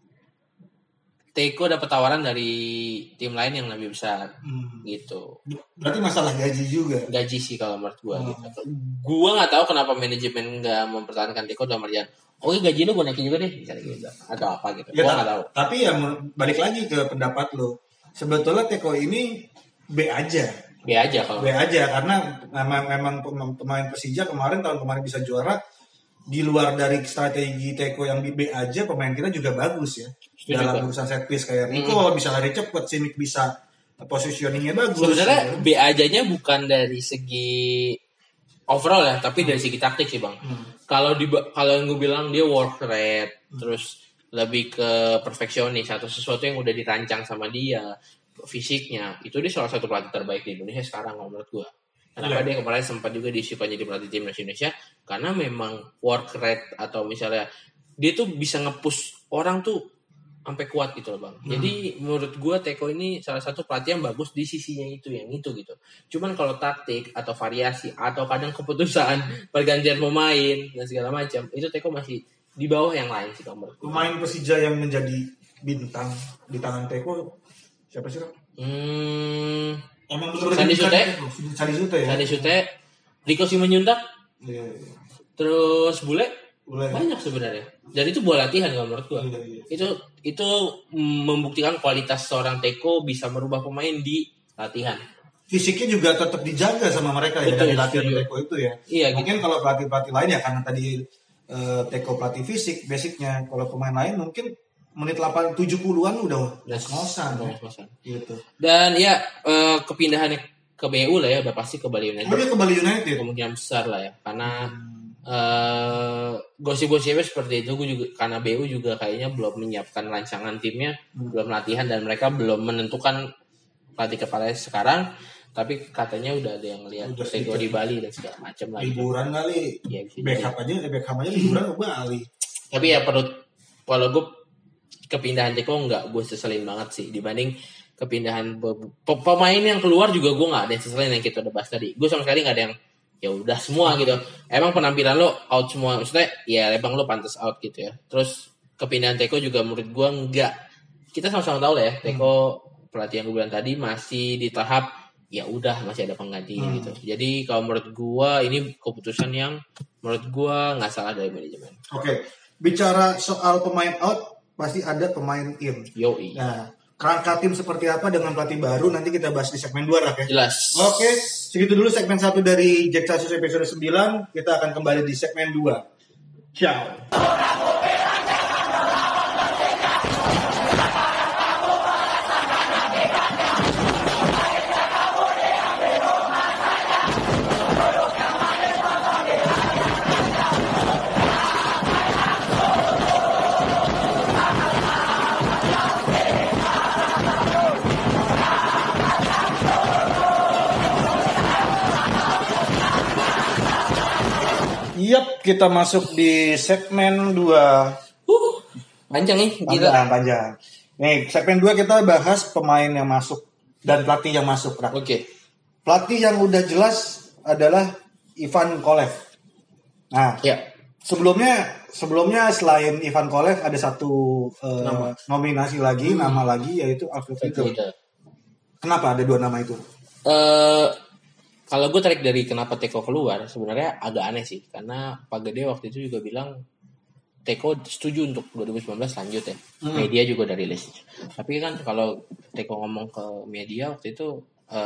Teko dapat tawaran dari tim lain yang lebih besar gitu. Berarti masalah gaji juga. Gaji sih kalau menurut gue gitu. Gue nggak tahu kenapa manajemen nggak mempertahankan Teko dalam artian oke gaji lu gue naikin juga deh misalnya gitu atau apa gitu. Ya, Gue nggak tahu. Tapi ya balik lagi ke pendapat lo. Sebetulnya Teko ini B aja kalau karena memang pemain Persija tahun kemarin bisa juara. Di luar dari strategi Teko yang B aja, pemain kita juga bagus ya. Dalam urusan set piece kayak Rico bisa lari cepat, Simic bisa positioningnya bagus. Sebenarnya B aja-nya bukan dari segi overall ya, tapi dari segi taktik sih bang. Kalau yang gue bilang dia work rate, terus lebih ke perfeksionis atau sesuatu yang udah dirancang sama dia, fisiknya itu dia salah satu pelatih terbaik di Indonesia sekarang menurut gue. Kenapa dia kemarin sempat juga diisukan jadi pelatih timnas Indonesia karena memang work rate atau misalnya dia tuh bisa nge-push orang tuh sampai kuat gitu loh Bang. Jadi menurut gua Teko ini salah satu pelatih yang bagus di sisinya itu yang itu gitu. Cuman kalau taktik atau variasi atau kadang keputusan pergantian pemain dan segala macam itu Teko masih di bawah yang lain sih kalau menurut gua. Pemain Persija yang menjadi bintang di tangan Teko siapa sih? Emang betul-betul Sandi Sute. Sandi Sute ya. Sandi Sute, Riko Simanjuntak, Iya. terus Bule. Boleh. Banyak sebenarnya. Dan itu buat latihan kalau menurut gua. Iya. Itu membuktikan kualitas seorang Teko bisa merubah pemain di latihan. Fisiknya juga tetap dijaga sama mereka ya Betul, dari latihan setuju. Teko itu ya. Iya, Mungkin kalau pelatih-pelatih lain ya karena tadi Teko pelatih fisik basicnya. Kalau pemain lain mungkin menit 70-an udah ngos-ngosan. Ngos-ngosan. Gitu. Dan ya kepindahannya ke BU lah ya, udah pasti ke Bali United. Oh dia ke Bali United. Kemungkinan besar lah ya, karena gosip-gosipnya seperti itu. Gue juga karena BU juga kayaknya belum menyiapkan rancangan timnya, belum latihan dan mereka belum menentukan pelatih kepala sekarang. Tapi katanya udah ada yang lihat Udah Teko di Bali dan segala macam lah. Liburan kali. Iya, bisa Backup aja liburan ke Bali. Tapi ya kalau gue kepindahan Teko nggak gue seselin banget sih dibanding kepindahan pemain yang keluar juga gue nggak ada yang seselin yang kita udah bahas tadi. Gue sama sekali nggak ada yang ya udah semua gitu. Emang penampilan lo out semua, maksudnya ya emang lo pantas out gitu ya. Terus kepindahan Teko juga menurut gue nggak. Kita sama-sama tahu lah ya Teko pelatih yang gue bilang tadi masih di tahap ya udah masih ada penggantinya gitu. Jadi kalau menurut gue ini keputusan yang menurut gue nggak salah dari manajemen. Oke. Bicara soal pemain out pasti ada pemain in. Yoi. Nah, kerangka tim seperti apa dengan pelatih baru nanti kita bahas di segmen 2 Rak ya. Jelas. Oke, segitu dulu segmen 1 dari Jack Casus episode 9. Kita akan kembali di segmen 2. Ciao. Yap, kita masuk di segmen 2. Panjang nih, gila. Panjang. Nih, segmen 2 kita bahas pemain yang masuk dan pelatih yang masuk. Rak. Oke. Pelatih yang udah jelas adalah Ivan Kolev. Nah, Ya. sebelumnya selain Ivan Kolev ada satu nominasi lagi, nama lagi yaitu Alfred Riedel. Kenapa ada 2 nama itu? Kalau gue tarik dari kenapa Teko keluar, sebenarnya agak aneh sih. Karena Pak Gede waktu itu juga bilang Teko setuju untuk 2019 lanjut ya. Media juga udah rilis. Tapi kan kalau Teko ngomong ke media waktu itu,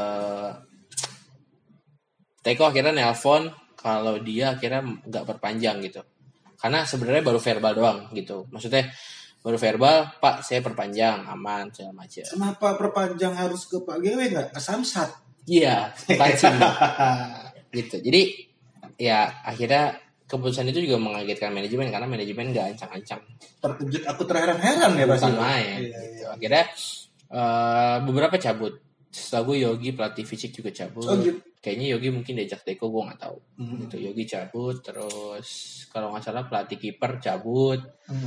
Teko akhirnya nelpon kalau dia akhirnya nggak perpanjang gitu. Karena sebenarnya baru verbal doang gitu. Maksudnya baru verbal, Pak saya perpanjang, aman, segala macam. Kenapa perpanjang harus ke Pak GW nggak ke Samsat? Iya, pancing gitu. Jadi ya akhirnya keputusan itu juga mengagetkan manajemen karena manajemen nggak ancang-ancang. Terkejut, aku terheran-heran ya pasti. Bukan main. Gitu. Akhirnya beberapa cabut. Setahu gue Yogi pelatih fisik juga cabut. Oh, gitu. Kayaknya Yogi mungkin diajak Teko, gue nggak tahu. Gitu. Yogi cabut, terus kalau nggak salah pelatih kiper cabut.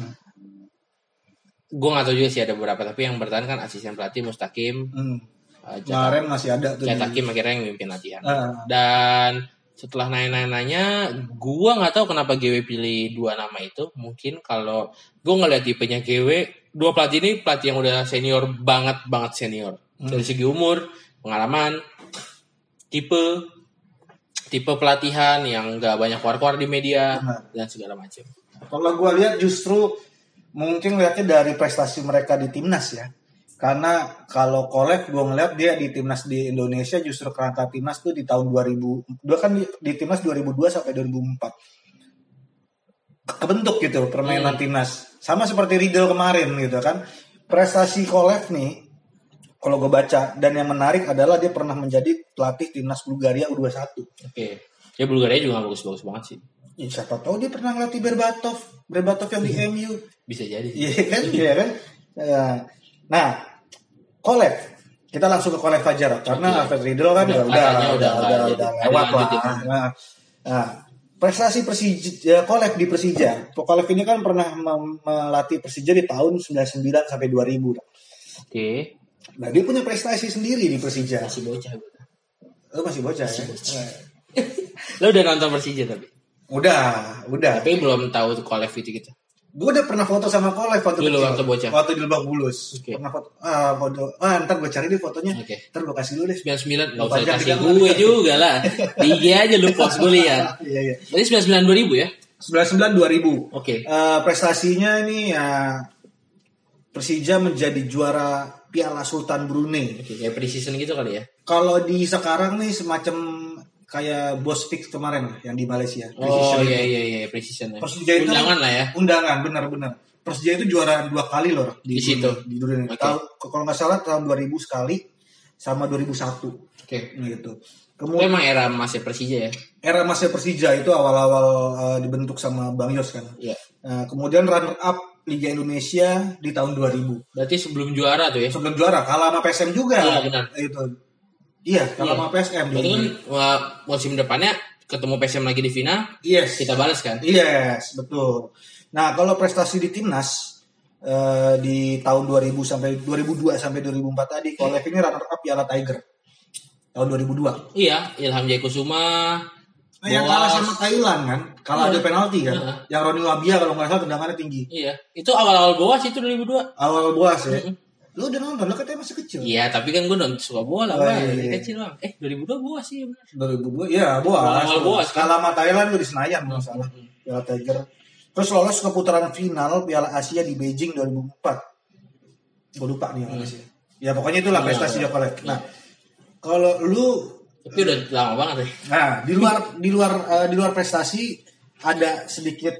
Gue nggak tahu juga sih ada beberapa, tapi yang bertahan kan asisten pelatih Mustaqim. Kemarin masih ada tuh. Cetakim akhirnya yang mimpin latihan. Dan setelah nanya-nanya, gue nggak tahu kenapa GW pilih 2 nama itu. Mungkin kalau gue ngeliat tipenya GW, 2 pelatih ini pelatih yang udah senior banget senior. Dari segi umur, pengalaman, tipe pelatihan yang nggak banyak keluar-keluar di media dan segala macam. Kalau gue lihat justru mungkin lihatnya dari prestasi mereka di timnas ya. Karena kalau Kolev gue ngeliat dia di timnas di Indonesia justru kerangka timnas tuh di tahun 2000. Dia kan di timnas 2002 sampai 2004. Kebentuk gitu permainan timnas. Sama seperti Riedel kemarin gitu kan. Prestasi Kolev nih kalau gue baca dan yang menarik adalah dia pernah menjadi pelatih timnas Bulgaria U21. Oke. Ya Bulgaria juga bagus-bagus banget sih. Ya, siapa tahu dia pernah ngelatih Berbatov yang di MU. Bisa jadi sih. Iya kan? Iya kan? Nah, Kolev. Kita langsung ke Kolev aja karena Alfred Riedel kan udah lewat lah. Nah, prestasi Persija, Kolev di Persija. Kolev ini kan pernah melatih Persija di tahun 99 sampai 2000. Oke. Nah, dia punya prestasi sendiri di Persija. Masih bocah. Lu masih bocah ya? Lo udah nonton Persija tapi? Udah. Tapi belum tahu tuh Kolev itu gitu. Gue udah pernah foto sama Kolev waktu Dulu kecil. waktu bocah. Waktu di Lebak Bulus. Oke. Pernah foto. Ntar gue cari deh fotonya. Oke. Ntar gue kasih dulu deh. 99 nggak usah Pajak kasih kita gue juga lah. Di IG aja lu post gue lihat. Iya. Berarti 99 2000 ya? 99 2000. Oke. Prestasinya ini ya Persija menjadi juara Piala Sultan Brunei. Oke, kayak pre-season gitu kali ya? Kalau di sekarang nih semacam kayak Bos Fix kemarin yang di Malaysia. Oh iya pre-season ya. Persija itu undangan lah ya. Undangan benar-benar. Persija itu juara 2 kali loh Di situ. Di dunia. Oke. Kalau nggak salah tahun 2000 sekali sama 2001 Oke. gitu. Itu Kemudian emang era emasnya Persija ya? era masnya Persija itu awal-awal dibentuk sama Bang Yos kan. Iya. Kemudian runner up Liga Indonesia di tahun 2000. Berarti sebelum juara tuh ya? Sebelum juara kalah sama PSM juga. Iya, benar. Itu. Iya, kalah sama PSM. Berarti kan musim depannya ketemu PSM lagi di final, Yes. kita balas kan? Yes, betul. Nah, kalau prestasi di timnas di tahun 2000 sampai 2002 sampai 2004 tadi, Kolev ini runner up Piala Tiger tahun 2002. Iya, Ilham Jaikusuma. Yang kalah sama Thailand kan, kalah ada Iya. penalti kan. Iya. Yang Roni Wabia kalau nggak salah tendangannya tinggi. Iya, itu awal-awal Boas itu 2002. Awal Boas ya. Lu udah nonton, lu katanya masih kecil. Iya, tapi kan gue nonton suka bola, Oh, Bang. iya. Dari kecil, Bang. 2002 Boas sih benar. 2002, iya Boas. Awal Boas, kan? Kalah sama Thailand tuh di Senayan kalau nggak salah. Piala Tiger. Terus lolos ke putaran final Piala Asia di Beijing 2004. Gue lupa nih yang Asia. Ya pokoknya itulah prestasi Iya. Kolev. Nah, kalau lu Tapi udah lama banget ya. nah di luar prestasi ada sedikit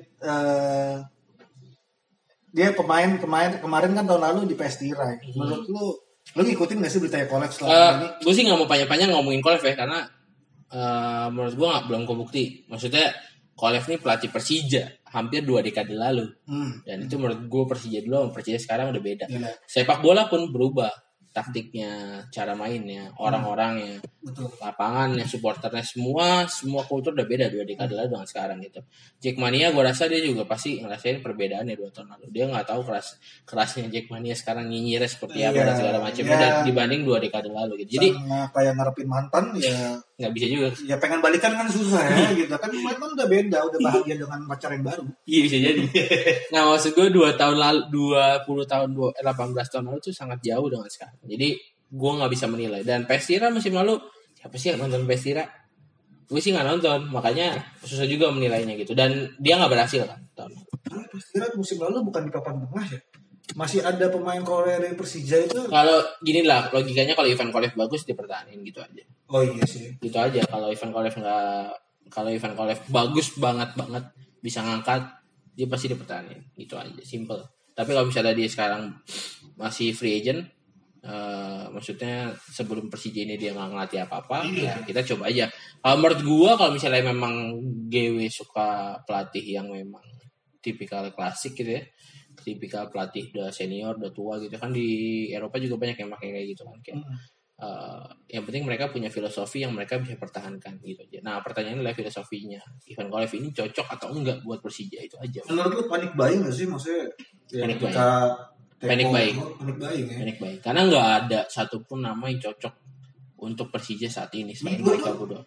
dia pemain kemarin kan tahun lalu di PS Tira. Menurut lu ngikutin nggak sih berita Kolev selama ini? Gue sih nggak mau panjang-panjang ngomongin Kolev ya, karena menurut gue belum kebukti. Maksudnya Kolev ini pelatih Persija hampir 2 dekade lalu, dan itu menurut gue Persija dulu sama Persija sekarang udah beda. Gila. Sepak bola pun berubah, taktiknya, cara mainnya, orang-orangnya, Betul. lapangannya, supporternya, semua kultur udah beda 2 dekade lalu dengan sekarang gitu. Jackmania gue rasa dia juga pasti ngerasain perbedaannya 2 tahun lalu. Dia nggak tahu kerasnya Jackmania sekarang nyinyirnya seperti apa dan segala macamnya dan dibanding 2 dekade lalu gitu. Jadi sama kayak ngarepin mantan ya nggak bisa juga. ya pengen balikan kan susah ya gitu kan, mantan udah beda, udah bahagia dengan pacar yang baru. Iya bisa jadi. Nah maksud gue 20 tahun lalu 18 tahun lalu tuh sangat jauh dengan sekarang. Jadi gue nggak bisa menilai. Dan Persira musim lalu siapa sih yang nonton Persira? Gue sih nggak nonton, makanya susah juga menilainya gitu. Dan dia nggak berhasil kan tahun lalu. Persira musim lalu bukan di papan tengah ya, masih ada pemain Korea dari Persija itu. Kalau gini lah logikanya, kalau Ivan Kolev bagus dipertahanin gitu aja. Oh iya sih. Gitu aja. Kalau Ivan Kolev bagus banget bisa ngangkat, dia pasti dipertahanin. Gitu aja, simple. Tapi kalau misalnya dia sekarang masih free agent, maksudnya sebelum Persija ini dia nggak ngelatih apa-apa, ya kita coba aja. Kalau menurut gua, kalau misalnya memang GW suka pelatih yang memang tipikal klasik gitu ya, tipikal pelatih udah senior, udah tua gitu kan, di Eropa juga banyak yang pakai kayak gitu kan, kayak yang penting mereka punya filosofi yang mereka bisa pertahankan gitu aja. Nah pertanyaannya adalah filosofinya Ivan Kolev ini cocok atau enggak buat Persija, itu aja. Menurut lu panik buying nggak sih, maksudnya? Ya, Panic ketika Panic buying. Panik buying ya. Panic buying. Karena nggak ada satupun nama yang cocok untuk Persija saat ini selain mereka berdua.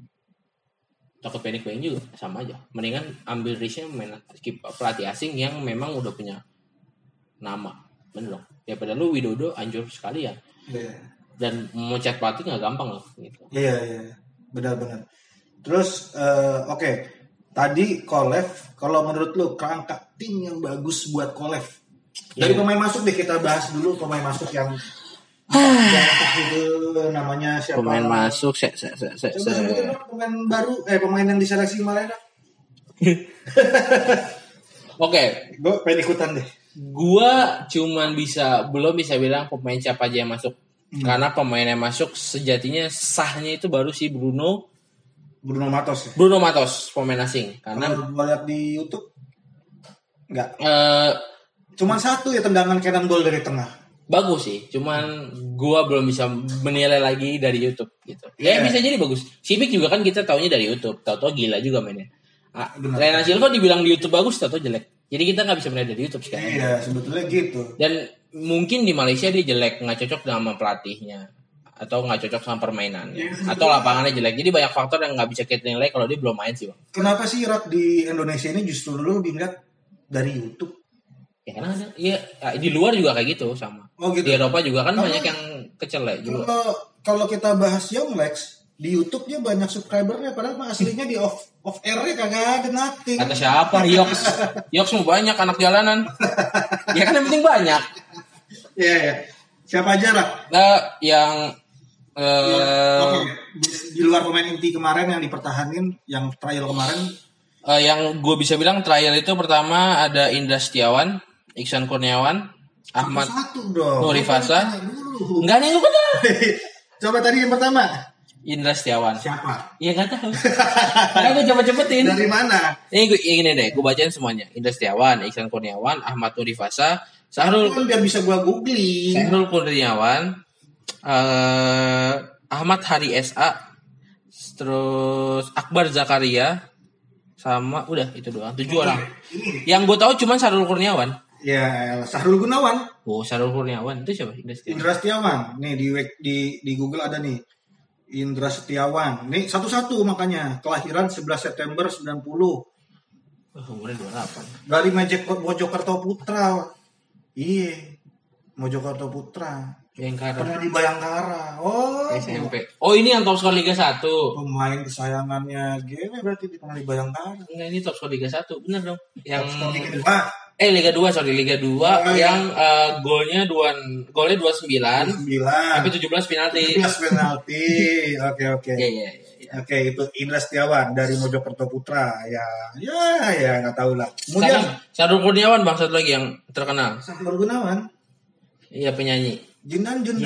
Takut panic buying juga sama aja. Mendingan ambil risknya pelatih asing yang memang udah punya nama, bener dong. Daripada lu Widodo anjur sekali ya. Iya. Dan memecat pelatih nggak gampang loh gitu. Iya, benar-benar. Terus oke. Tadi Kolev, kalau menurut lu kerangka tim yang bagus buat Kolev dari pemain masuk deh, kita bahas dulu pemain masuk yang itu namanya siapa? Pemain masuk, Coba sebutin dong pemain baru, pemain yang diseleksi kemarin. Oke, Gue pengen ikutan deh. gua belum bisa bilang pemain siapa aja yang masuk. Karena pemain yang masuk sejatinya sahnya itu baru si Bruno Matos ya. Bruno Matos, pemain asing. Karena Kalau gue lihat di YouTube enggak. Cuman satu ya tendangan kanan gol dari tengah. bagus sih, cuman gua belum bisa menilai lagi dari YouTube gitu. Ya bisa jadi bagus. Simic juga kan kita taunya dari YouTube, tahu-tahu gila juga mainnya. Ryan Silva dibilang di YouTube bagus atau jelek. Jadi kita nggak bisa melihat dari YouTube sekarang. Iya, sebetulnya gitu. Dan mungkin di Malaysia dia jelek, nggak cocok sama pelatihnya atau nggak cocok sama permainannya atau lapangannya jelek. Jadi banyak faktor yang nggak bisa kita nilai kalau dia belum main sih, Bang. Kenapa sih Rak di Indonesia ini justru dulu lebih ngeliat dari YouTube? Ya karena ada, iya di luar juga kayak gitu sama. Oh gitu. Di Eropa juga kan banyak yang kecelek juga. Kalau kita bahas Young Lex di YouTube dia banyak subscribernya, padahal mah aslinya di off air-nya kagak ada nothing. Kata siapa? Yoks mau banyak anak jalanan. Ya kan yang penting banyak. Iya, ya. Siapa aja Rak? Nah, yang Oke. Di luar pemain inti kemarin yang dipertahanin, yang trial kemarin. Yang gue bisa bilang trial itu pertama ada Indra Setiawan, Iksan Kurniawan, Ahmad Nurifasa. Enggak nih, gue dah. Coba tadi yang pertama. Indra Setiawan. Siapa? Iya nggak tahu. Karena gue cepet-cepetin. Dari mana? Ini gini deh, gue bacain semuanya. Indra Setiawan, Iksan Kurniawan, Ahmad Nurifasa, Sahrul biar bisa gue googling. Sahrul Kurniawan, Ahmad Hari SA, terus Akbar Zakaria, sama udah itu doang 7 orang. Yang gue tahu cuma Sahrul Kurniawan. Ya, Sahrul Gunawan. Oh, Sahrul Kurniawan itu siapa? Indra Setiawan. Nih di Google ada nih. Indra Setiawan. Nih satu-satu makanya. Kelahiran 11 September 90. Umurnya 28. Dari Mojokerto Putra. Iya. Mojokerto Putra. Bayangkara. Pernah di Bayangkara. Oh. SMP. Oh, ini yang top skor Liga 1. Pemain kesayangannya GW berarti pernah di Bayangkara. Enggak, ini top skor Liga 1. Bener dong. Yang Liga 2. Liga 2 yang golnya 29 tapi 17 penalti. 17 penalti. Oke. Iya. Oke, itu Indra Setiawan dari Mojokerto Putra. Ya nggak tahu lah. Kemudian Sahrul Kurniawan Bang, satu lagi yang terkenal. Sahrul Gunawan. Iya, penyanyi. Jinan Jun.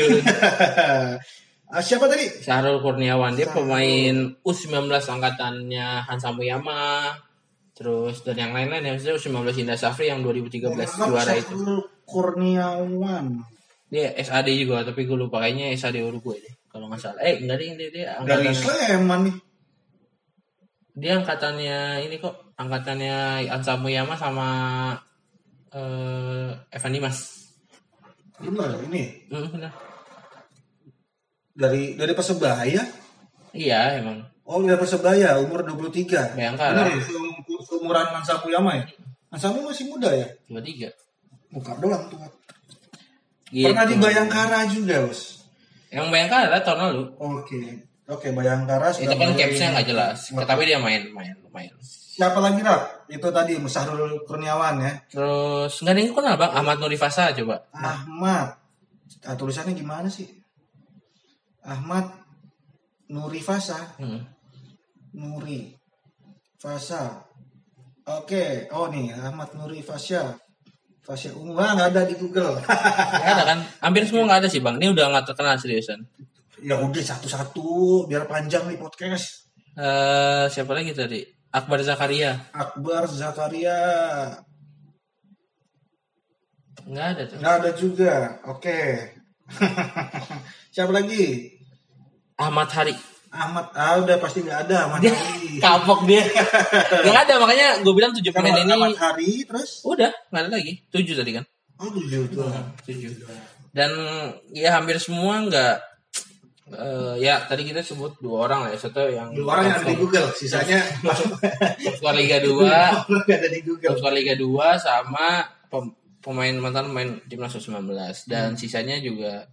Siapa tadi? Sahrul Kurniawan, dia pemain U19 angkatannya Hansa Muyama. Terus dan yang lain-lain ya, maksudnya U19 Indra Safri yang 2013 juara itu. Sahrul Kurniawan. Dia SAD juga, tapi gue lupa kayaknya SAD Uruguay deh kalau nggak salah. Enggak deh, dia dari Sleman nih. Dia angkatannya ini kok, angkatannya Hansa Muyama sama Evan Dimas. Bener ini. Bener. Dari Persebaya? Iya, emang. Oh, dari Persebaya, umur 23. Bayangkara. Bener, seumuran Hansa Muyama ya? Hansa Muyama masih muda ya? 23. Muka doang tuh. Gitu. Pernah di Bayangkara juga, Bos. Yang Bayangkara tahun lalu. Oke, Bayangkara. Itu kan capsnya nggak jelas. Tapi dia main lumayan. Siapa lagi Rak? Itu tadi Sahrul Kurniawan ya. Terus nggak ada yang kenal Bang, Ahmad Nurifasa coba. Ahmad. Tulisannya gimana sih? Ahmad Nurifasa. Nurifasa. Oke. Oh nih Ahmad Nurifasa. Fasya ungu nggak ada di Google. Nggak ada kan? Hampir semua nggak ada sih Bang. Ini udah nggak terkenal seriusan. Ya udah satu-satu biar panjang nih podcast. Siapa lagi tadi? Akbar Zakaria. Nggak ada tuh. Nggak ada juga. Oke. Siapa lagi? Ahmad Hari. Udah pasti nggak ada Ahmad Hari. Kapok dia. Nggak ada, makanya gue bilang 7 pemain ini. Ahmad Hari terus? Udah, nggak ada lagi. 7 tadi kan? Oh 7 tuh. 7. Dan ya hampir semua nggak. Ya tadi kita sebut 2 orang lah ya. Satu yang 2 orang yang ada di Google, sisanya top skor Liga 2. ada di Google. Top skor Liga 2 sama mantan pemain timnas U19 dan sisanya juga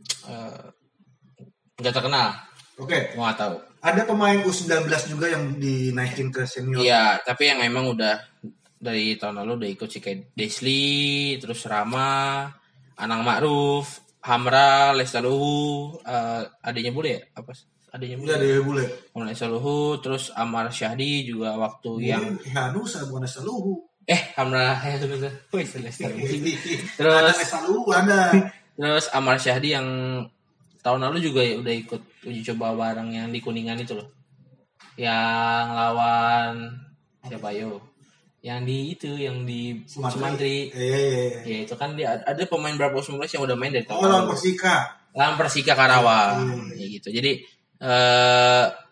nggak terkenal. Oke. Mau nggak tahu. Ada pemain U19 juga yang dinaikin ke senior. Iya, tapi yang emang udah dari tahun lalu udah ikut sih kayak Desli, terus Rama, Anang Ma'ruf, Hamra, Lestaluhu, adanya Bule ya? Apa? Adanya Bule. Ada Bule. Lestaluhu, terus Amar Syahdi juga waktu yang Hanusa bukan Lestaluhu. Hamra ya betul. Lestaluhu. Terus Lestaluhu ada. Terus Amar Syahdi yang tahun lalu juga ya udah ikut uji coba bareng yang di Kuningan itu loh. Yang lawan siapa yo? Yang di Sumantri. Iya. Ya itu kan dia ada pemain berapa U19 yang udah main dari tahun lawan Persika. Lawan Persika Karawang. Ya gitu. Jadi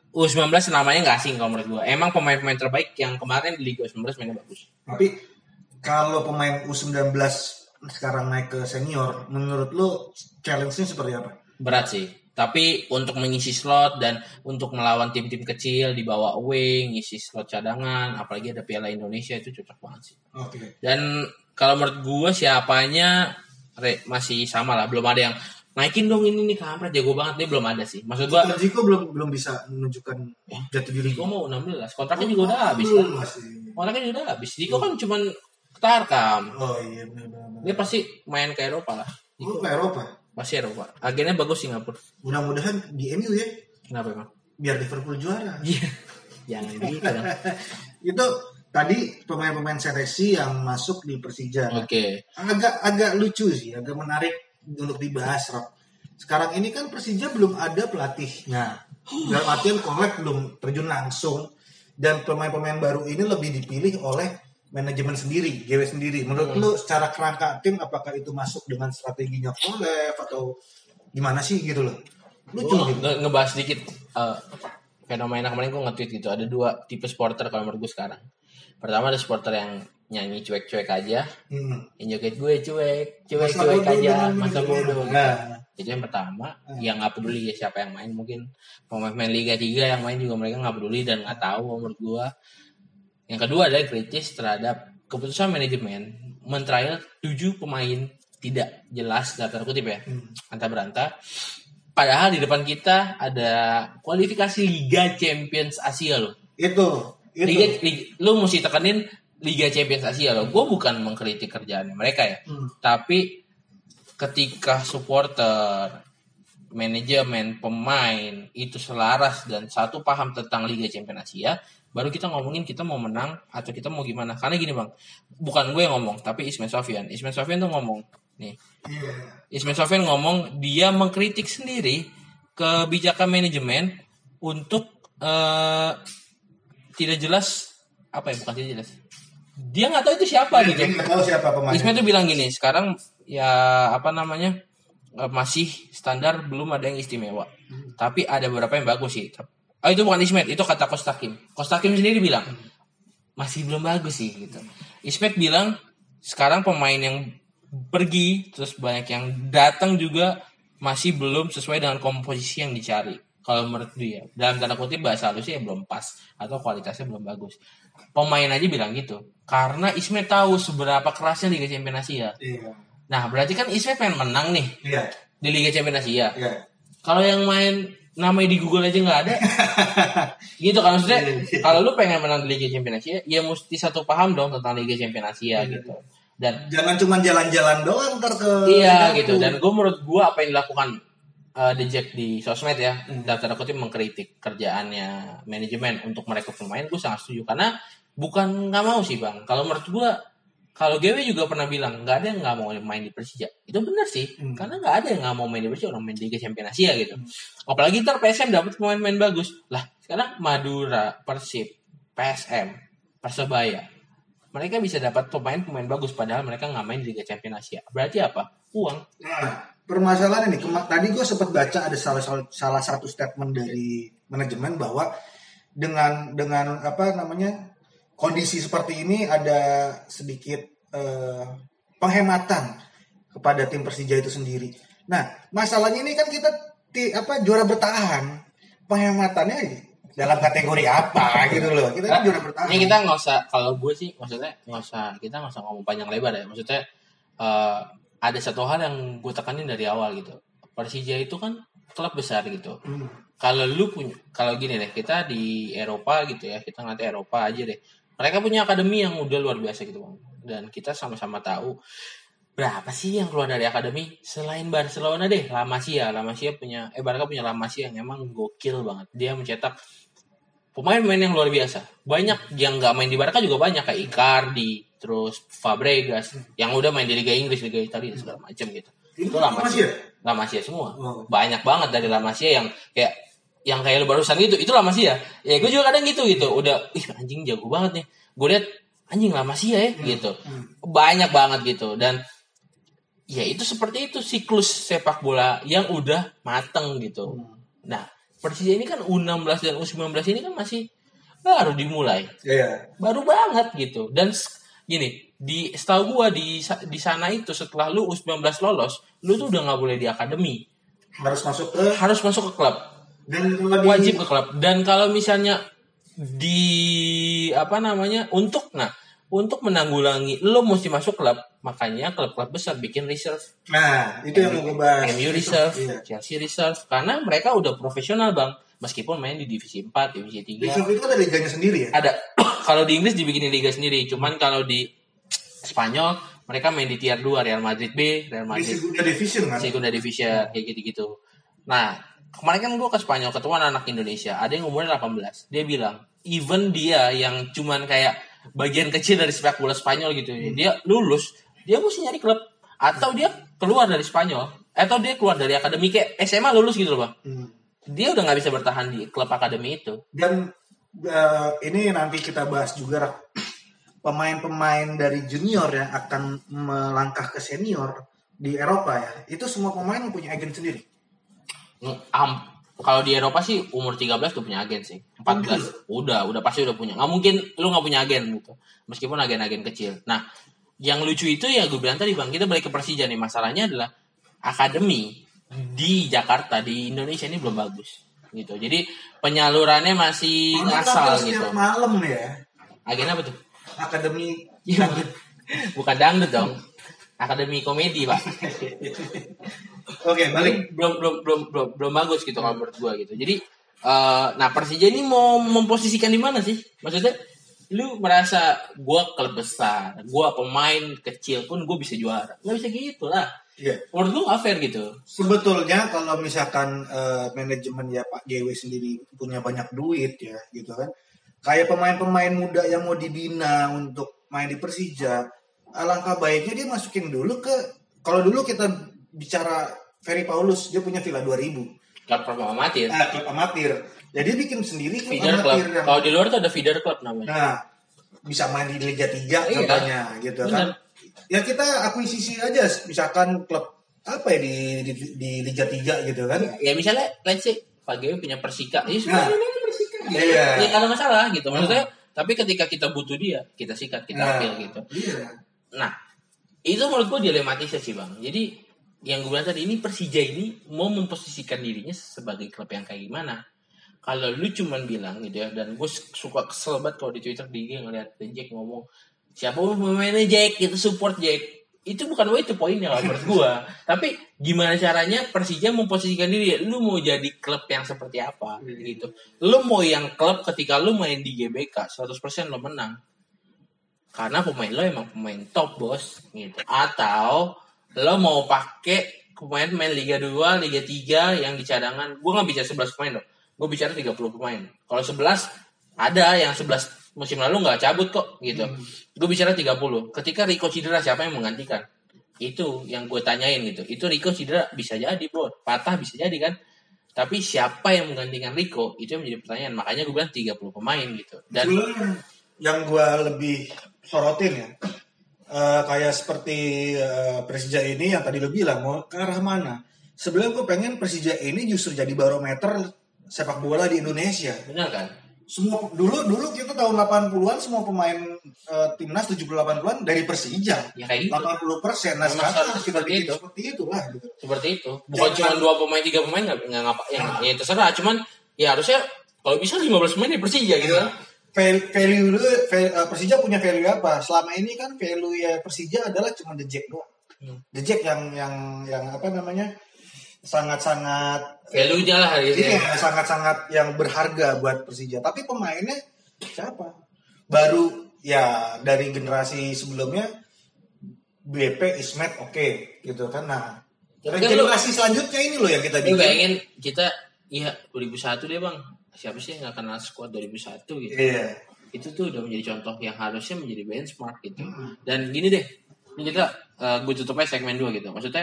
U19 namanya nggak asing kalau menurut gue. Emang pemain-pemain terbaik yang kemarin di Liga U19 mainnya bagus. Tapi kalau pemain U19 sekarang naik ke senior, menurut lu challenge-nya seperti apa? Berat sih. Tapi untuk mengisi slot dan untuk melawan tim-tim kecil di bawah away, ngisi slot cadangan, apalagi ada Piala Indonesia itu cocok banget sih. Oke. Dan kalau menurut gue siapanya masih sama lah, belum ada yang naikin dong ini nih kampret jago banget, dia belum ada sih. Maksud gue Jiko belum bisa menunjukkan jati diri. Diko mau 16, kontraknya juga udah habis kan. Kontraknya juga udah habis. Diko kan cuman Tarkam. Oh iya benar. Dia pasti main ke Eropa lah. Diko ke Eropa. Pasti Eropa. Agennya bagus Singapura. Mudah-mudahan di MU ya. Kenapa emang? Biar Liverpool juara. Iya. Jangan gitu dong. Itu tadi pemain-pemain seleksi yang masuk di Persija. Oke. Agak lucu sih, agak menarik untuk dibahas, Rob. Sekarang ini kan Persija belum ada pelatihnya. Dalam artian Kolek belum terjun langsung. Dan pemain-pemain baru ini lebih dipilih oleh manajemen sendiri, GW sendiri. Menurut lu secara kerangka tim apakah itu masuk dengan strateginya Kolek atau gimana sih gitu loh? Lucu gitu. Ngebahas sedikit fenomena kemarin gue nge-tweet gitu. Ada 2 tipe supporter kalau menurut gue sekarang. Pertama ada supporter yang nyanyi cuek-cuek aja, yang joget gue cuek aja, masa bodoh. Nah, itu yang pertama, yang nggak peduli ya siapa yang main, mungkin pemain Liga 3 yang main juga mereka nggak peduli dan nggak tahu menurut gue. Yang kedua adalah kritis terhadap keputusan manajemen men-trial 7 pemain tidak jelas daftar kutip ya, antah berantah. Padahal di depan kita ada kualifikasi Liga Champions Asia loh. Itu. Liga, lu mesti tekenin Liga Champions Asia loh. Gue bukan mengkritik kerjaan mereka ya. Tapi ketika supporter, manajemen, pemain itu selaras dan satu paham tentang Liga Champions Asia, baru kita ngomongin kita mau menang atau kita mau gimana. Karena gini bang, bukan gue yang ngomong, tapi Ismail Sofyan tuh ngomong nih. Ismail Sofyan ngomong dia mengkritik sendiri kebijakan manajemen untuk tidak jelas apa ya, bukan tidak jelas. Dia nggak tahu itu siapa gitu. Dia nggak tahu siapa pemain. Ismail tuh bilang gini, sekarang ya apa namanya masih standar, belum ada yang istimewa. Tapi ada beberapa yang bagus sih. Oh itu bukan Ismail, itu kata Kostakim. Kostakim sendiri bilang masih belum bagus sih gitu. Ismail bilang sekarang pemain yang pergi terus banyak yang datang juga masih belum sesuai dengan komposisi yang dicari. Kalau menurut dia, dalam tanda kutip bahasa halusnya belum pas atau kualitasnya belum bagus. Pemain aja bilang gitu. Karena Ismail tahu seberapa kerasnya Liga Champions Asia. Iya. Nah, berarti kan Ismail pengen menang nih. Iya. Di Liga Champions Asia. Iya. Kalau yang main namanya di Google aja nggak ada. Gitu kan maksudnya. Kalau lu pengen menang di Liga Champions Asia, ya mesti satu paham dong tentang Liga Champions Asia gitu. Dan jangan cuma jalan-jalan doang ntar ke. Iya gitu. Dan menurut gue apa yang dilakukan The Jack di sosmed ya, dalam tanda kutip mengkritik kerjaannya manajemen untuk merekrut pemain, gue sangat setuju karena bukan nggak mau sih bang. Kalau menurut gue, kalau GW juga pernah bilang nggak ada yang nggak mau main di Persija, itu benar sih, karena nggak ada yang nggak mau main di Persija, orang main di Liga Champions Asia gitu. Apalagi ntar PSM dapat pemain-pemain bagus lah. Sekarang Madura, Persib, PSM, Persebaya, mereka bisa dapat pemain-pemain bagus padahal mereka nggak main di Liga Champions Asia. Berarti apa? Uang. Nah, permasalahan ini tadi gue sempat baca ada salah satu statement dari manajemen bahwa dengan apa namanya kondisi seperti ini ada sedikit penghematan kepada tim Persija itu sendiri. Nah, masalahnya ini kan kita juara bertahan. Penghematannya dalam kategori apa gitu loh. Kita kan juara bertahan. Ini kita nggak usah, kalau gue sih maksudnya kita nggak usah ngomong panjang lebar ya. Maksudnya ada satu hal yang gue tekanin dari awal gitu. Persija itu kan klub besar gitu. Kalau gini deh, kita di Eropa gitu ya, kita ngeliat Eropa aja deh. Mereka punya akademi yang udah luar biasa gitu bang. Dan kita sama-sama tahu berapa sih yang keluar dari akademi selain Barcelona deh. La Masia punya Barca punya La Masia yang emang gokil banget. Dia mencetak pemain-pemain yang luar biasa. Banyak yang nggak main di Barca juga banyak kayak Icardi, terus Fabregas yang udah main di Liga Inggris, Liga Italia segala macam gitu. Itu La Masia semua. Banyak banget dari La Masia yang kayak lu barusan gitu. Itu La Masia. Ya gue juga kadang gitu. Udah anjing jago banget nih. Gue lihat anjing La Masia ya gitu. Banyak banget gitu dan ya itu seperti itu siklus sepak bola yang udah mateng gitu. Nah, Persija ini kan U16 dan U19 ini kan masih baru dimulai. Iya. Baru banget gitu. Dan gini, setahu gua di sana itu setelah lu U19 lolos, lu tuh udah nggak boleh di akademi. Harus masuk ke klub. dan Wajib ke klub. Dan kalau misalnya untuk menanggulangi lo mesti masuk klub, makanya klub-klub besar bikin reserve. Nah, itu yang mau gue bahas. MU reserve, Iya. Chelsea reserve, karena mereka udah profesional bang, meskipun main di divisi 4, divisi 3. Reserve itu ada liganya sendiri ya? Ada. Kalau di Inggris dibikin liga sendiri, cuman kalau di Spanyol mereka main di tier 2, Real Madrid B, Real Madrid Segunda Division kan? Segunda Division kayak gitu-gitu. Nah, kemarin kan gue ke Spanyol ketemu anak Indonesia, ada yang umurnya 18. Dia bilang, even dia yang cuman kayak bagian kecil dari sepak bola Spanyol gitu, dia lulus, dia mesti nyari klub atau dia keluar dari Spanyol, atau dia keluar dari akademi kayak SMA lulus gitu loh bang. Dia udah nggak bisa bertahan di klub akademi itu. Dan ini nanti kita bahas juga Rak. Pemain-pemain dari junior yang akan melangkah ke senior di Eropa ya, itu semua pemain mempunyai agen sendiri. Kalau di Eropa sih umur 13 udah punya agen sih. 14 udah pasti udah punya. Nggak mungkin lu nggak punya agen gitu. Meskipun agen-agen kecil. Nah, yang lucu itu ya gue bilang tadi bang, kita balik ke Persija nih. Masalahnya adalah akademi di Jakarta, di Indonesia ini belum bagus gitu. Jadi penyalurannya masih ngasal gitu. Malam ya. Agen apa tuh? Akademi Bukan dangdut dong. Akademi komedi pak. Oke, balik. Belum bagus gitu kalau menurut gua gitu. Jadi nah Persija ini mau memposisikan di mana sih? Maksudnya lu merasa gua klub besar, gua pemain kecil pun gua bisa juara. Nggak bisa gitu lah. Iya. Menurut lu nggak fair gitu. Sebetulnya kalau misalkan manajemen ya Pak GW sendiri punya banyak duit ya gitu kan. Kayak pemain-pemain muda yang mau dibina untuk main di Persija, alangkah baiknya dia masukin dulu ke, kalau dulu kita bicara Ferry Paulus, dia punya Villa 2000. Klub amatir. Klub amatir. Jadi dia bikin sendiri klub Feeder amatir. club. Kalau di luar tuh ada feeder club namanya. Nah, bisa main di Liga 3 contohnya gitu kan. Ya kita akuisisi aja misalkan klub apa ya di Liga 3 gitu kan. Ya misalnya let's say Pak GW punya Persika. Ya sudah Persika. Iya. Ya nggak ada masalah gitu. Maksudnya tapi ketika kita butuh dia, kita sikat, kita ambil gitu. Iya. Nah, itu menurut gue dilematisnya sih bang. Jadi yang gue bilang tadi, ini Persija ini mau memposisikan dirinya sebagai klub yang kayak gimana. Kalau lu cuman bilang gitu ya, dan gue suka kesel banget kalau di Twitter di IG ngeliat Jack ngomong siapa mau pemainnya Jack, gitu support Jack. Itu bukan itu poinnya kalau menurut gue. Tapi gimana caranya Persija memposisikan diri, lu mau jadi klub yang seperti apa gitu. Lu mau yang klub ketika lu main di GBK 100% lu menang. Karena pemain lo emang pemain top bos gitu. Atau lo mau pakai pemain Liga 2, Liga 3 yang di cadangan. Gue gak bicara 11 pemain loh. Gue bicara 30 pemain. Kalau 11 ada yang 11 musim lalu gak cabut kok gitu. Gue bicara 30. Ketika Rico cedera siapa yang menggantikan? Itu yang gue tanyain gitu. Itu Rico cedera bisa jadi bro. Patah bisa jadi kan. Tapi siapa yang menggantikan Rico? Itu yang menjadi pertanyaan. Makanya gue bilang 30 pemain gitu. Dan yang gue lebih sorotin ya, kayak seperti Persija ini yang tadi lo bilang mau ke arah mana. Sebenarnya gue pengen Persija ini justru jadi barometer sepak bola di Indonesia. benar kan? Semua dulu kita tahun 80-an semua pemain timnas 70-80-an dari Persija. Ya kayak gitu. 80%. Nah sekarang harus kita bikin seperti itu lah. Gitu. Seperti itu. Bukan cuma 2 pemain, 3 pemain nggak ngapa ya terserah. Cuman ya harusnya kalau bisa 15 pemain di Persija gitu kan. Value Persija punya value apa? Selama ini kan value ya Persija adalah cuma The Jack doang. The Jack yang apa namanya? Sangat-sangat value-nya lah gitu. Iya, sangat-sangat yang berharga buat Persija. Tapi pemainnya siapa? Baru ya dari generasi sebelumnya BP, Ismet oke, gitu kan. Nah, generasi selanjutnya ini loh yang kita bikin. Bayangin kita ya 2001 deh bang. Siapa sih yang gak kenal squad 2001 gitu. Iya. Itu tuh udah menjadi contoh yang harusnya menjadi benchmark gitu. Dan gini deh, ini kita gue tutup aja segmen 2 gitu. Maksudnya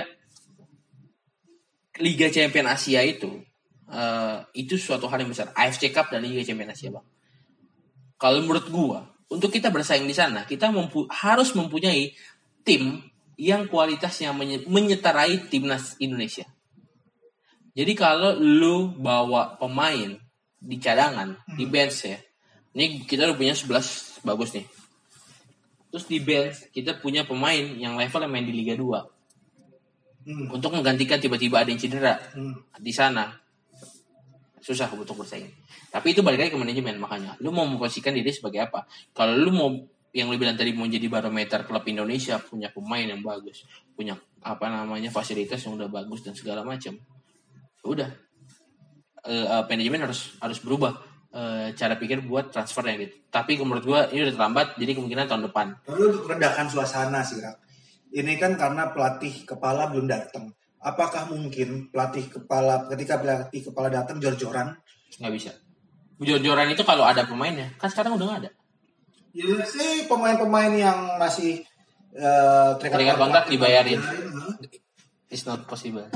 Liga Champion Asia itu suatu hal yang besar. AFC Cup dan Liga Champion Asia bang. Kalau menurut gue, untuk kita bersaing di sana, kita harus mempunyai tim yang kualitasnya menyetarai timnas Indonesia. Jadi kalau lu bawa pemain di cadangan, di bench ya. Ini kita udah punya 11 bagus nih. Terus di bench kita punya pemain yang levelnya main di Liga 2. Untuk menggantikan tiba-tiba ada yang cedera di sana. Susah untuk bersaing. Tapi itu balik lagi ke manajemen, makanya lu mau memposisikan diri sebagai apa? Kalau lu mau yang lu bilang tadi mau jadi barometer klub Indonesia, punya pemain yang bagus, punya fasilitas yang udah bagus dan segala macam. Udah. Manajemen harus berubah cara pikir buat transfernya gitu. Tapi menurut gua ini udah terlambat, jadi kemungkinan tahun depan. Lalu untuk meredakan suasana sih, Rak. Ini kan karena pelatih kepala belum datang. Apakah mungkin ketika pelatih kepala datang jor-joran? Nggak bisa. Jor-joran itu kalau ada pemainnya. Kan sekarang udah nggak ada. Ya sih pemain-pemain yang masih terikat kontrak dibayarin. It's not possible.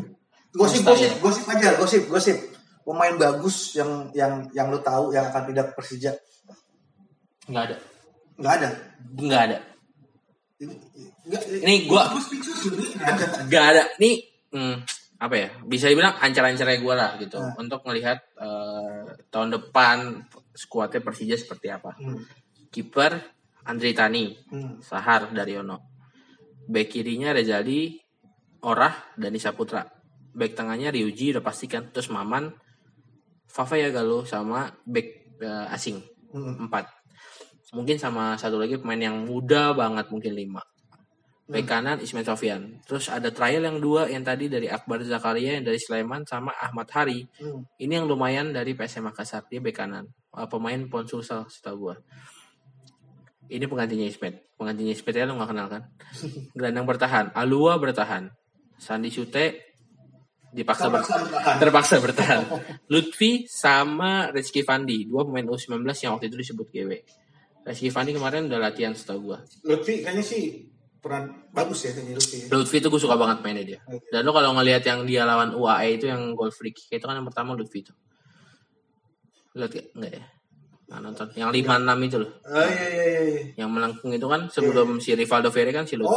Gosip. Pemain bagus yang lu tahu yang akan pindah ke Persija. Nggak ada. Ini gua nggak ada. Ini apa ya? Bisa dibilang ancar-ancarnya gua lah gitu untuk melihat tahun depan skuadnya Persija seperti apa. Kiper Andri Tani, Sahar Daryono. Bek kirinya Rezaldi, Orah, Dani Saputra. Bek tengahnya Ryuji udah pastikan. Terus Maman, Fafaya Galo sama bek asing 4. Mungkin sama satu lagi pemain yang muda banget, mungkin 5. Bek kanan Ismail Sofyan. Terus ada trial yang 2 yang tadi dari Akbar Zakaria yang dari Sleman sama Ahmad Hari. Ini yang lumayan dari PSM Makassar, dia bek kanan. Pemain Ponsulsel setahu gua. Ini penggantinya Ismet. Penggantinya Ismet ya lo gak kenal kan? Gelandang bertahan. Alua bertahan. Sandi Sute terpaksa bertahan. Lutfi sama Rizky Fandi. 2 pemain U19 yang waktu itu disebut GW. Rizky Fandi kemarin udah latihan setahu gue. Lutfi kayaknya sih peran bagus ya kayaknya Lutfi. Lutfi itu gue suka banget mainnya dia. Dan lo kalau ngelihat yang dia lawan UAE itu yang gol free kick itu kan yang pertama Lutfi itu. Lihat gak? Enggak ya? Nah, nonton yang 5-6 itu loh. Iya. Yang melengkung itu kan sebelum si Rivaldo Ferre kan si Lutfi.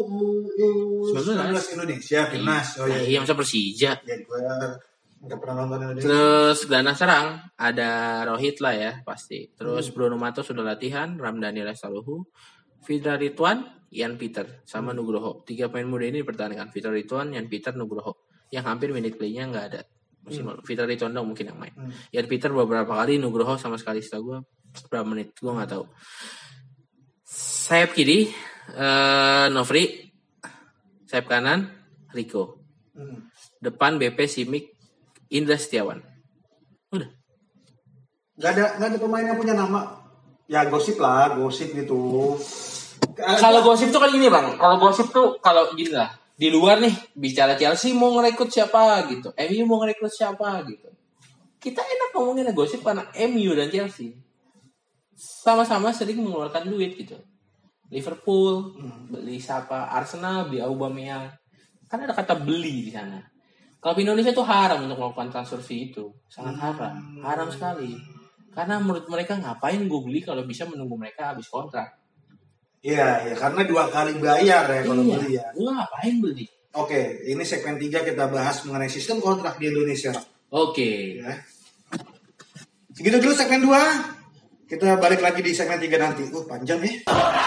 U19 Indonesia timnas. Iya masa Persija. Ya gue nggak pernah nonton Indonesia. Terus gelandang serang ada Rohit lah ya pasti. Terus Bruno Matos sudah latihan, Ramdhani Lestaluhu, Fitra Ridwan, Ian Peter sama Nugroho. 3 pemain muda ini dipertahankan. Fitra Ridwan, Ian Peter, Nugroho. Yang hampir minute play-nya nggak ada. Fitra Ridwan dong mungkin yang main. Ian Peter beberapa kali, Nugroho sama sekali setahu gue berapa menit gue nggak tahu. Sayap kiri Nofri, sayap kanan Rico, depan BP Simic Indra Setiawan. Udah. Gak ada pemain yang punya nama. Ya gosip gitu. Kalau gosip tuh kan gini bang. Kalau gosip tuh kalau gini lah. Di luar nih bicara Chelsea mau ngerekrut siapa gitu. MU mau ngerekrut siapa gitu. Kita enak ngomongin gosip karena MU dan Chelsea sama-sama sering mengeluarkan duit gitu. Liverpool beli siapa, Arsenal beli Aubameyang. Kan ada kata beli di sana. Kalau di Indonesia tuh haram untuk melakukan transfer fee itu. Sangat haram sekali. Karena menurut mereka ngapain gue beli kalau bisa menunggu mereka habis kontrak. Iya, karena 2 kali bayar ya kalau beli ya. Gue ngapain beli? Oke, ini segmen 3 kita bahas mengenai sistem kontrak di Indonesia. Oke. Ya. Segitu dulu segmen 2. Kita balik lagi di segmen 3 nanti. Panjang ya.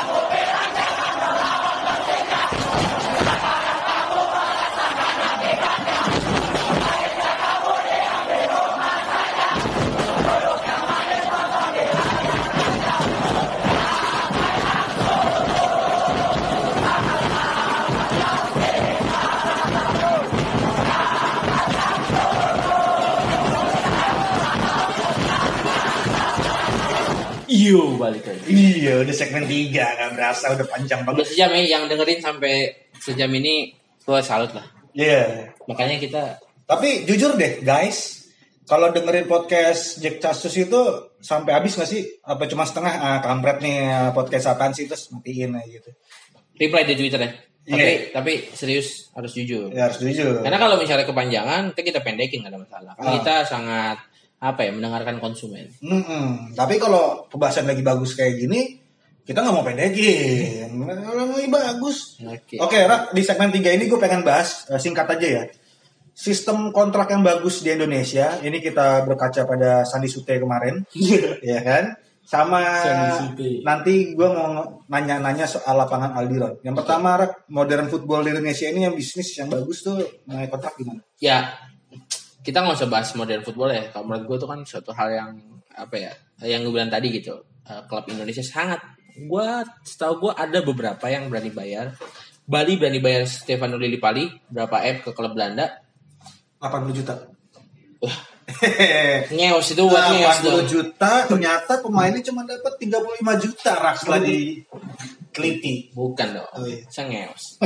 Iyo balik lagi. Iya udah segmen 3. Gak berasa udah panjang banget. Udah sejam ya. Yang dengerin sampai sejam ini gue salut lah. Iya. Makanya kita. Tapi jujur deh guys, kalau dengerin podcast Jack Casus itu sampai habis gak sih? Apa cuma setengah? Kampret nih podcast apaan sih, terus matiin aja gitu. Reply di Twitter ya. Yeah. Tapi serius harus jujur. Ya harus jujur. Karena kalau misalnya kepanjangan kita pendekin gak ada masalah. Kita sangat mendengarkan konsumen. Tapi kalau pembahasan lagi bagus kayak gini, kita nggak mau pendekin. Lagi bagus. Oke, Rak, di segmen 3 ini gue pengen bahas singkat aja ya. sistem kontrak yang bagus di Indonesia, ini kita berkaca pada Sandi Sute kemarin, ya kan? Sama nanti gue mau nanya-nanya soal lapangan Aldiron. Yang pertama, modern football di Indonesia ini yang bisnis yang bagus tuh mengenai kontrak gimana? Ya, kita nggak usah bahas modern football ya. Kalau menurut gue itu kan suatu hal yang apa ya, yang gue bilang tadi gitu. Klub Indonesia setahu gue ada beberapa yang berani bayar. Bali berani bayar Stefano Lillipali berapa M ke klub Belanda? 80 juta. Wah, ngeos itu buat ngeos 80 juta, ternyata pemainnya cuma dapat 35 juta setelah diteliti. Bukan dong. Oh, iya. Saya ngeos.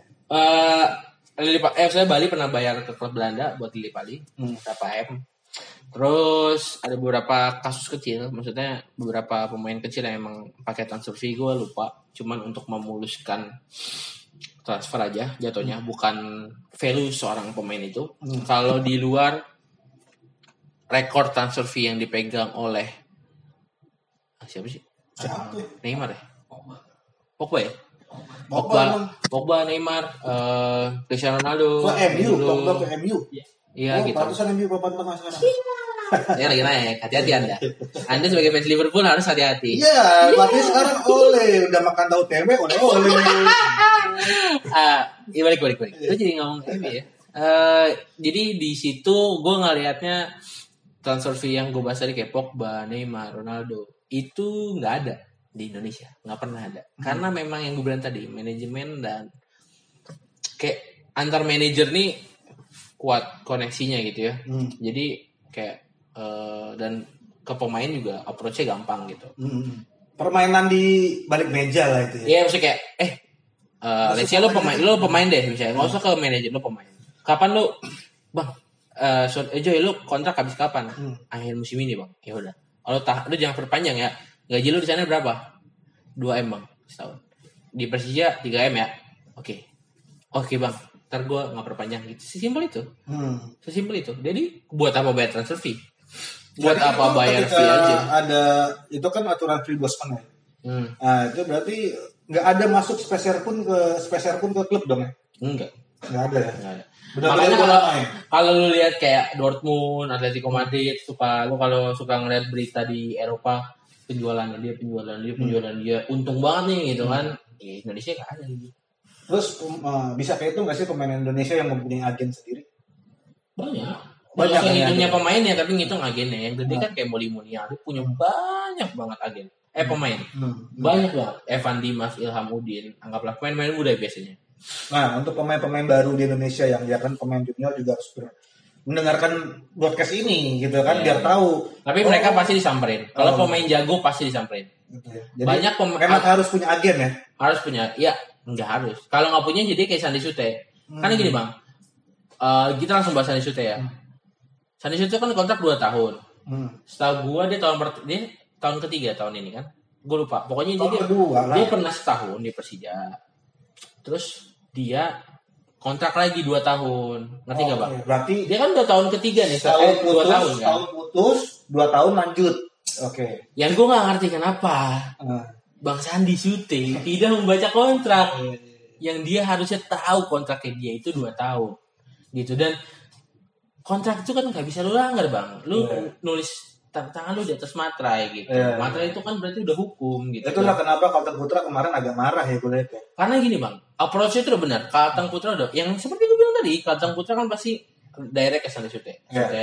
Saya Bali pernah bayar ke klub Belanda buat Lillipali berapa M. Terus ada beberapa kasus kecil, maksudnya beberapa pemain kecil yang emang pakai transfer fee, gue lupa. Cuman untuk memuluskan transfer aja jatuhnya, bukan value seorang pemain itu. Kalau di luar rekor transfer fee yang dipegang oleh siapa sih? Neymar ya? Pogba ya? Pogba, Neymar, Cristiano Ronaldo. Pogba ke MU. Iya gitu. Pantesan MU papan tengah sekarang. Ya lagi naik, hati-hati Anda. Anda sebagai fans Liverpool harus hati-hati. Iya, berarti sekarang udah makan tahu tempe, oleh. Balik. Itu jadi ngomong MU ya. Jadi di situ gue ngelihatnya transfer fee yang gue bahas tadi kayak Pogba, Neymar, Ronaldo itu nggak ada di Indonesia, nggak pernah ada. Karena memang yang gue bilang tadi manajemen dan kayak antar manajer nih kuat koneksinya gitu ya. Jadi kayak dan ke pemain juga approach-nya gampang gitu. Permainan di balik meja lah itu ya. Iya maksudnya kayak let's say lo pemain deh misalnya, nggak usah ke manajer, lo pemain. Kapan lo bang? Joy lu kontrak habis kapan? Akhir musim ini bang. Ya udah. Lu jangan perpanjang ya. Gaji lu di sana berapa? 2 M bang setahun. Di Persija 3 M ya. Oke bang. Ntar gue nggak perpanjang gitu. Sesimpel itu. Sesimpel itu. Jadi buat apa bayar transfer fee? Buat jadi apa bayar fee aja? Ada itu kan aturan free bosman ya. Nah itu berarti nggak ada masuk speser pun ke klub dong ya? Enggak. Nggak ada ya. Nggak ada. Benar-benar makanya kalau lu lihat kayak Dortmund, Atletico Madrid, kalau suka ngeliat berita di Eropa penjualan dia untung banget nih gitu kan. Ya, Indonesia nggak ada gitu. Terus bisa kayak itu nggak sih pemain Indonesia yang mempunyai agen sendiri? Banyak yang ngitungnya pemainnya tapi ngitung agennya. Yang gede kan kayak Muniari punya banyak banget agen. Pemain banyak banget. Evan Dimas, Ilham Udin, anggaplah pemain-pemain muda biasanya. Nah, untuk pemain-pemain baru di Indonesia yang ya kan pemain junior juga harus mendengarkan broadcast ini gitu kan biar tahu. Tapi mereka pasti disamperin. Kalau pemain jago pasti disamperin. Gitu ya. Jadi, banyak memang harus punya agen ya? Harus punya. Ya, enggak harus. Kalau nggak punya jadi kayak Sandi Sute. Karena gini, Bang. Kita langsung bahas Sandi Sute ya. Sandi Sute kan kontrak 2 tahun. Setahu gua dia tahun ketiga tahun ini kan. Gue lupa. Pokoknya dia pernah setahun di Persija. Terus dia kontrak lagi 2 tahun. Ngerti nggak Bang? Berarti dia kan 2 tahun ketiga nih. 2 tahun kan. Tahun putus, 2 tahun lanjut. Oke. Yang gue nggak ngerti kenapa Bang Sandi Sute tidak membaca kontrak. Yang dia harusnya tahu kontraknya dia itu 2 tahun. Gitu. Dan kontrak itu kan nggak bisa lu langgar Bang. Lu nulis tangan lu di atas materai gitu. Materai itu kan berarti udah hukum gitu. Itulah kenapa Kalteng Putra kemarin agak marah ya gue lihat ya. Karena gini Bang, approach-nya itu udah benar. Kalteng Putra udah yang seperti gue bilang tadi, Kalteng Putra kan pasti direct ke Sandi Sute.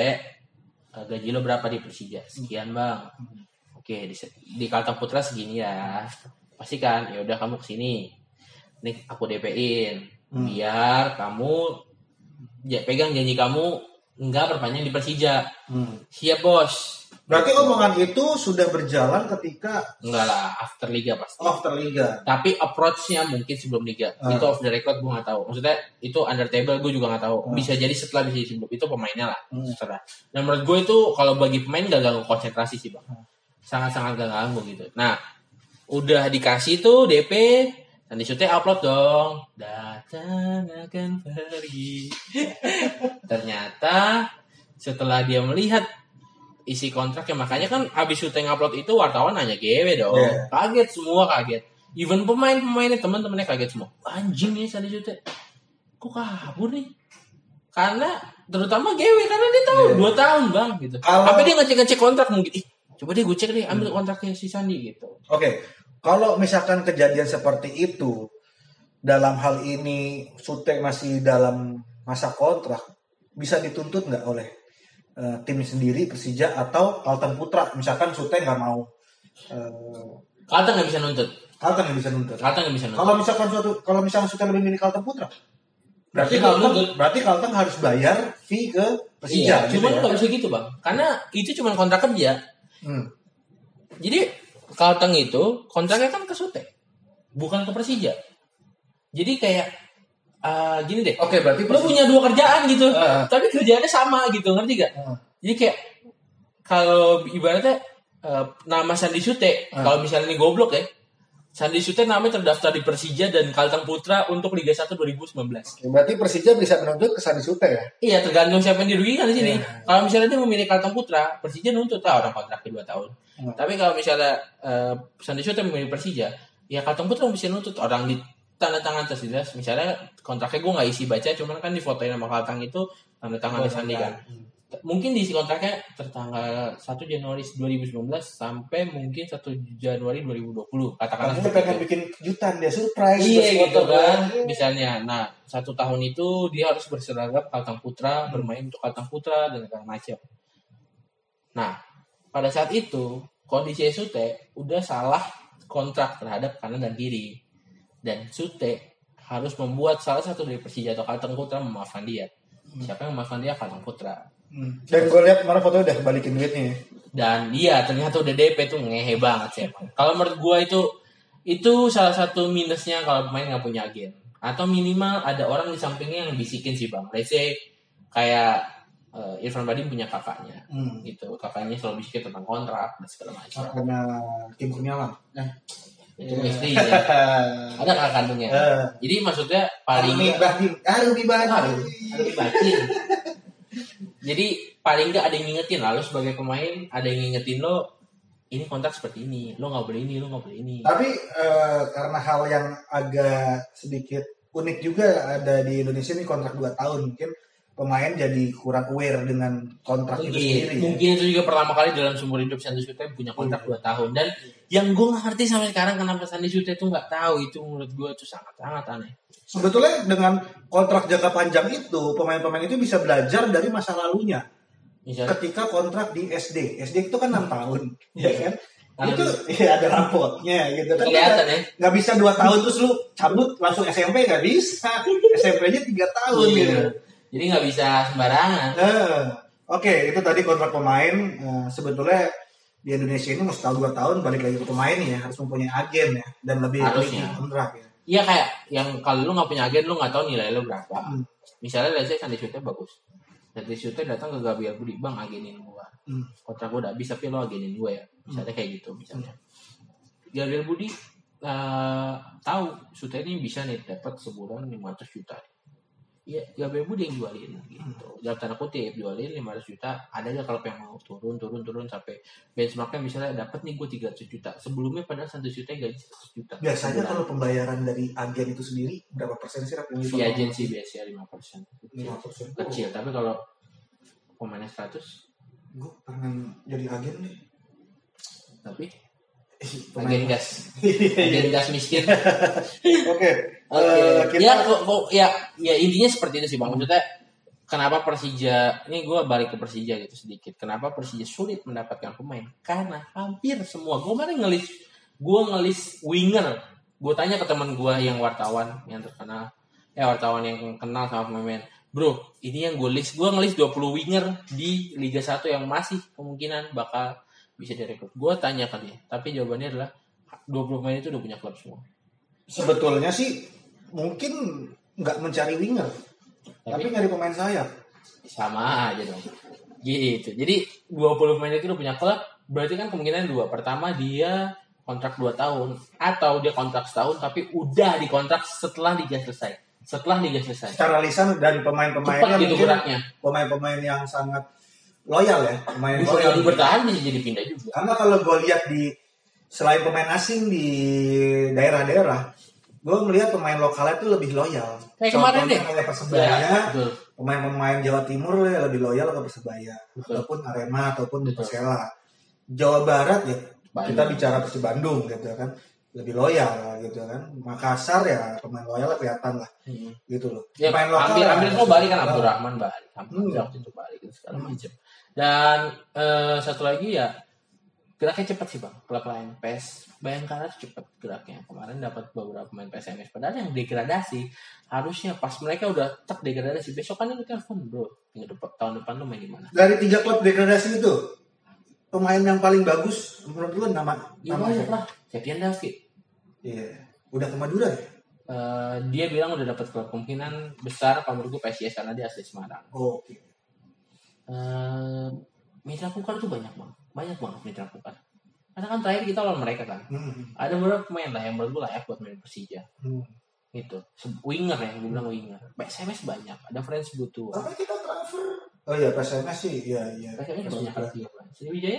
Gaji lo berapa di Persija? Sekian Bang. Oke, di Kalteng Putra segini ya. Pasti kan, ya udah kamu kesini. Nih aku DP-in. Biar kamu pegang janji kamu enggak perpanjang di Persija. Siap bos. Berarti omongan itu sudah berjalan ketika enggak lah after liga pasti. After liga. Tapi approach-nya mungkin sebelum liga. Itu off the record gue nggak tahu. Maksudnya itu under table gue juga nggak tahu. Bisa jadi setelah bisa sebelum itu pemainnya lah. Setelah. Dan menurut gue itu kalau bagi pemain gak ganggu konsentrasi sih Bang. Sangat-sangat gak ganggu gitu. Nah udah dikasih tuh DP. Sandi Sute upload dong. Datang akan pergi. Ternyata setelah dia melihat isi kontraknya, makanya kan abis syuting upload itu wartawan nanya GW dong. Kaget semua, kaget. Even pemainnya teman-temannya kaget semua. Anjing nih Sandi Sute. Kok kabur nih? karena terutama GW karena dia tahu 2 tahun bang gitu. Kalau- Apa dia ngecek kontrak mungkin? Coba deh gue cek deh ambil kontraknya si Sandi gitu. Oke, kalau misalkan kejadian seperti itu, dalam hal ini Sute masih dalam masa kontrak, bisa dituntut nggak oleh tim sendiri Persija atau Kalteng Putra? Misalkan Sute nggak mau, Kalteng nggak bisa nuntut. Kalteng nggak bisa nuntut. Kalteng nggak bisa nuntut. Kalau misalkan Sute lebih milih Kalteng Putra, berarti Tapi kalau nuntut- Kalteng harus bayar fee ke Persija. Iya, gitu cuman ya? nggak bisa gitu bang, karena itu cuma kontrak kerja. Hmm. Jadi Kalteng itu kontraknya kan ke Sute, bukan ke Persija. Jadi kayak gini deh. Oke, berarti Lo punya 2 kerjaan gitu, tapi kerjaannya sama gitu, ngerti gak? Hmm. Jadi kayak kalau ibaratnya nama Sandi Sute, kalau misalnya ini goblok ya, Sandi Sute namanya terdaftar di Persija dan Kalteng Putra untuk Liga 1 2019. Oke, berarti Persija bisa menuntut ke Sandi Sute ya? Iya, tergantung siapa yang dirugikan di sini. Kalau misalnya dia memilih Kalteng Putra, Persija nuntut lah orang kontraknya 2 tahun. Tapi kalau misalnya Sandi Sute memilih Persija, ya Kalteng Putra bisa nuntut orang di tanda tangan tersidas. Misalnya kontraknya gue nggak isi baca, cuman kan difotoin sama Kalteng itu tanda tangan Sandi kan. Mungkin diisi kontraknya tertanggal 1 Januari 2019 sampai mungkin 1 Januari 2020. Katakanlah Kamu seperti pengen itu. bikin kejutan dia surprise. Iya terus gitu foto kan, dia. misalnya. Nah, 1 tahun itu dia harus berseragam Kalteng Putra, bermain untuk Kalteng Putra dan segala macam. Nah, pada saat itu kondisi Sute udah salah kontrak terhadap kanan dan kiri, dan Sute harus membuat salah satu dari Persija atau Kalteng Putra memaafkan dia. Siapa yang memaafkan dia? Kalteng Putra. Dan gue lihat kemarin fotonya udah balikin duitnya. Dan dia ternyata udah DP tuh ngehe banget sih emang. Kalau menurut gua itu salah satu minusnya kalau pemain nggak punya agen, atau minimal ada orang di sampingnya yang bisikin sih bang. Let's say kayak Irfan Bahdim punya kakaknya, gitu. Kakaknya selalu bisikin tentang kontrak dan segala macam. Karena Kim Kurniawan. Itu istri ya. Ada kakak kandungnya. Jadi maksudnya paling Rumi Bahdim. Aduh, dibacin. Jadi paling nggak ada yang ngingetin lah, lo sebagai pemain ada yang ngingetin lo, ini kontrak seperti ini, lo nggak boleh ini, lo nggak boleh ini. Tapi karena hal yang agak sedikit unik juga ada di Indonesia ini kontrak 2 tahun, mungkin pemain jadi kurang aware dengan kontrak itu sendiri. Mungkin itu juga pertama kali dalam seumur hidup Sandi Sute punya kontrak 2 tahun. Dan yang gue nggak ngerti sampai sekarang kenapa Sandi Sute itu nggak tahu, itu menurut gue itu sangat aneh. Sebetulnya dengan kontrak jangka panjang itu, pemain-pemain itu bisa belajar dari masa lalunya. Misalnya, Ketika kontrak di SD itu kan 6 tahun, ya kan? Ada Itu ya ada rapotnya gitu kan. Kelihatan ya. Nggak bisa 2 tahun terus lu cabut langsung SMP, nggak bisa. SMP-nya 3 tahun iya. gitu. Jadi nggak bisa sembarangan. Oke, itu tadi kontrak pemain. Sebetulnya di Indonesia ini mesti tahu 2 tahun, balik lagi ke pemain ya, harus mempunyai agen ya, dan lebih Harusnya. kontrak ya. Iya kayak yang kalau lu nggak punya agen, lu nggak tahu nilai lu berapa. Misalnya let's say Sandi Sute bagus. Sandi Sute datang ke Gabriel Budi, bang agenin gua. Kontrak gua udah habis tapi lo agenin gua ya. Misalnya kayak gitu misalnya. Gabriel Budi tahu Sute ini bisa nih dapat sebulan 500 juta. Iya, Gabriel Budi yang jualin gitu. Dalam tanda kutip jualin 500 juta. Ada aja kalau pengen mau turun sampai benchmarknya misalnya dapat nih gue 300 juta. Sebelumnya padahal Sandi Sute gaji 100 juta. Biasanya sebulan. kalau pembayaran dari agen itu sendiri berapa persen sih Rap, yang Via dipotong? agensi biasanya 5%. 5%. Kecil, tapi kalau pemainnya 100 Gue pengen jadi agen nih. tapi Pemain. agen gas. Agen gas miskin. Oke. Oke. Kita Ya intinya seperti itu sih Bang. Maksudnya kenapa Persija, ini gue balik ke Persija gitu sedikit. Kenapa Persija sulit mendapatkan pemain? Karena hampir semua. Gue kemarin ngelis winger. Gue tanya ke teman gue yang wartawan yang terkenal, wartawan yang kenal sama pemain. Bro, ini yang gue ngelis 20 winger di Liga 1 yang masih kemungkinan bakal bisa direkrut. Gue tanya ke dia, tapi jawabannya adalah 20 pemain itu udah punya klub semua. sebetulnya sih mungkin nggak mencari winger, tapi nyari pemain sayap. Sama aja dong. Gitu. Jadi 20 pemain itu udah punya klub, berarti kan kemungkinan 2. Pertama dia kontrak 2 tahun atau dia kontrak setahun tapi udah dikontrak setelah liga selesai. Secara lisan dan pemain-pemainnya Cepat gitu mungkin geraknya. pemain-pemain yang sangat loyal ya, pemain Bisa loyal. jadi bertahan, bisa jadi pindah juga. Karena kalau gue lihat di selain pemain asing di daerah-daerah, gue melihat pemain lokalnya itu lebih loyal. Kayak kemarin Contohnya deh. kayak Persebaya, Ya, betul. pemain-pemain Jawa Timur ya lebih loyal ke Persebaya ataupun Arema ataupun Persela. Jawa Barat ya kita bicara Persib Bandung gitu kan, lebih loyal gitu kan. Makassar ya pemain loyal kelihatan lah gitu loh. Ya, pemain lokal ambil semua Bali kan, Abdurrahman Bali, waktu itu Bali gitu segala macam. Dan satu lagi ya geraknya cepat sih bang, klub lain PES Bayangkara cepat geraknya. Kemarin dapat beberapa pemain PSMS, padahal yang degradasi harusnya pas mereka udah tak degradasi besokannya lu telepon bro, tahun depan lu main di mana? Dari 3 klub degradasi itu pemain yang paling bagus menurut lu nama lah Septian David. Iya, udah ke Madura ya? Dia bilang udah dapat kemungkinan besar kalau menurut gue PSIS karena dia asli Semarang. Oh, oke. Mitra Kukar tuh banyak banget Mitra Kukar. Karena kan terakhir kita lawan mereka kan. Ada beberapa pemain lah yang menurut gue layak buat main Persija. Gitu. Winger ya, gue bilang winger. PSMS banyak. Ada Friends butuh. Tapi kita transfer. Oh iya, PSMS sih. Iya. PSMS banyak lagi ya, Bang. Sriwijaya?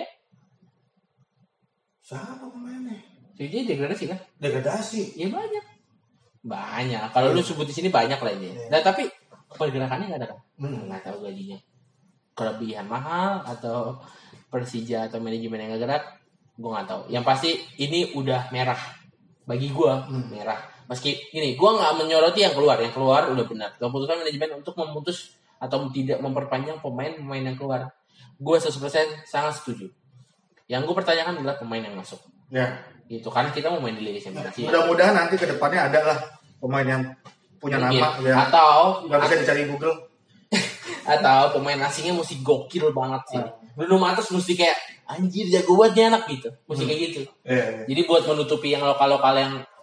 Siapa pemainnya? Sriwijaya degradasi kan? Degradasi. Ya banyak. Kalau lu sebut di sini banyak lah ini. Nah, tapi pergerakannya nggak ada kan? Nggak tahu gajinya. Kelebihan mahal atau Persija atau manajemen yang nggak gerak, gue nggak tahu. Yang pasti ini udah merah bagi gue, merah. Meski ini gue nggak menyoroti yang keluar udah benar. Keputusan manajemen untuk memutus atau tidak memperpanjang pemain yang keluar, gue 100% sangat setuju. Yang gue pertanyakan adalah pemain yang masuk. Ya. Gitu karena kita mau main di Liga Champions. Mudah-mudahan nanti ke depannya ada lah pemain yang punya nama ya. Atau nggak bisa dicari Google. Atau pemain asingnya mesti gokil banget sih. Bruno Matos mesti kayak anjir jago banget nih anak gitu. Mesti kayak gitu. Jadi buat menutupi yang lokal-lokal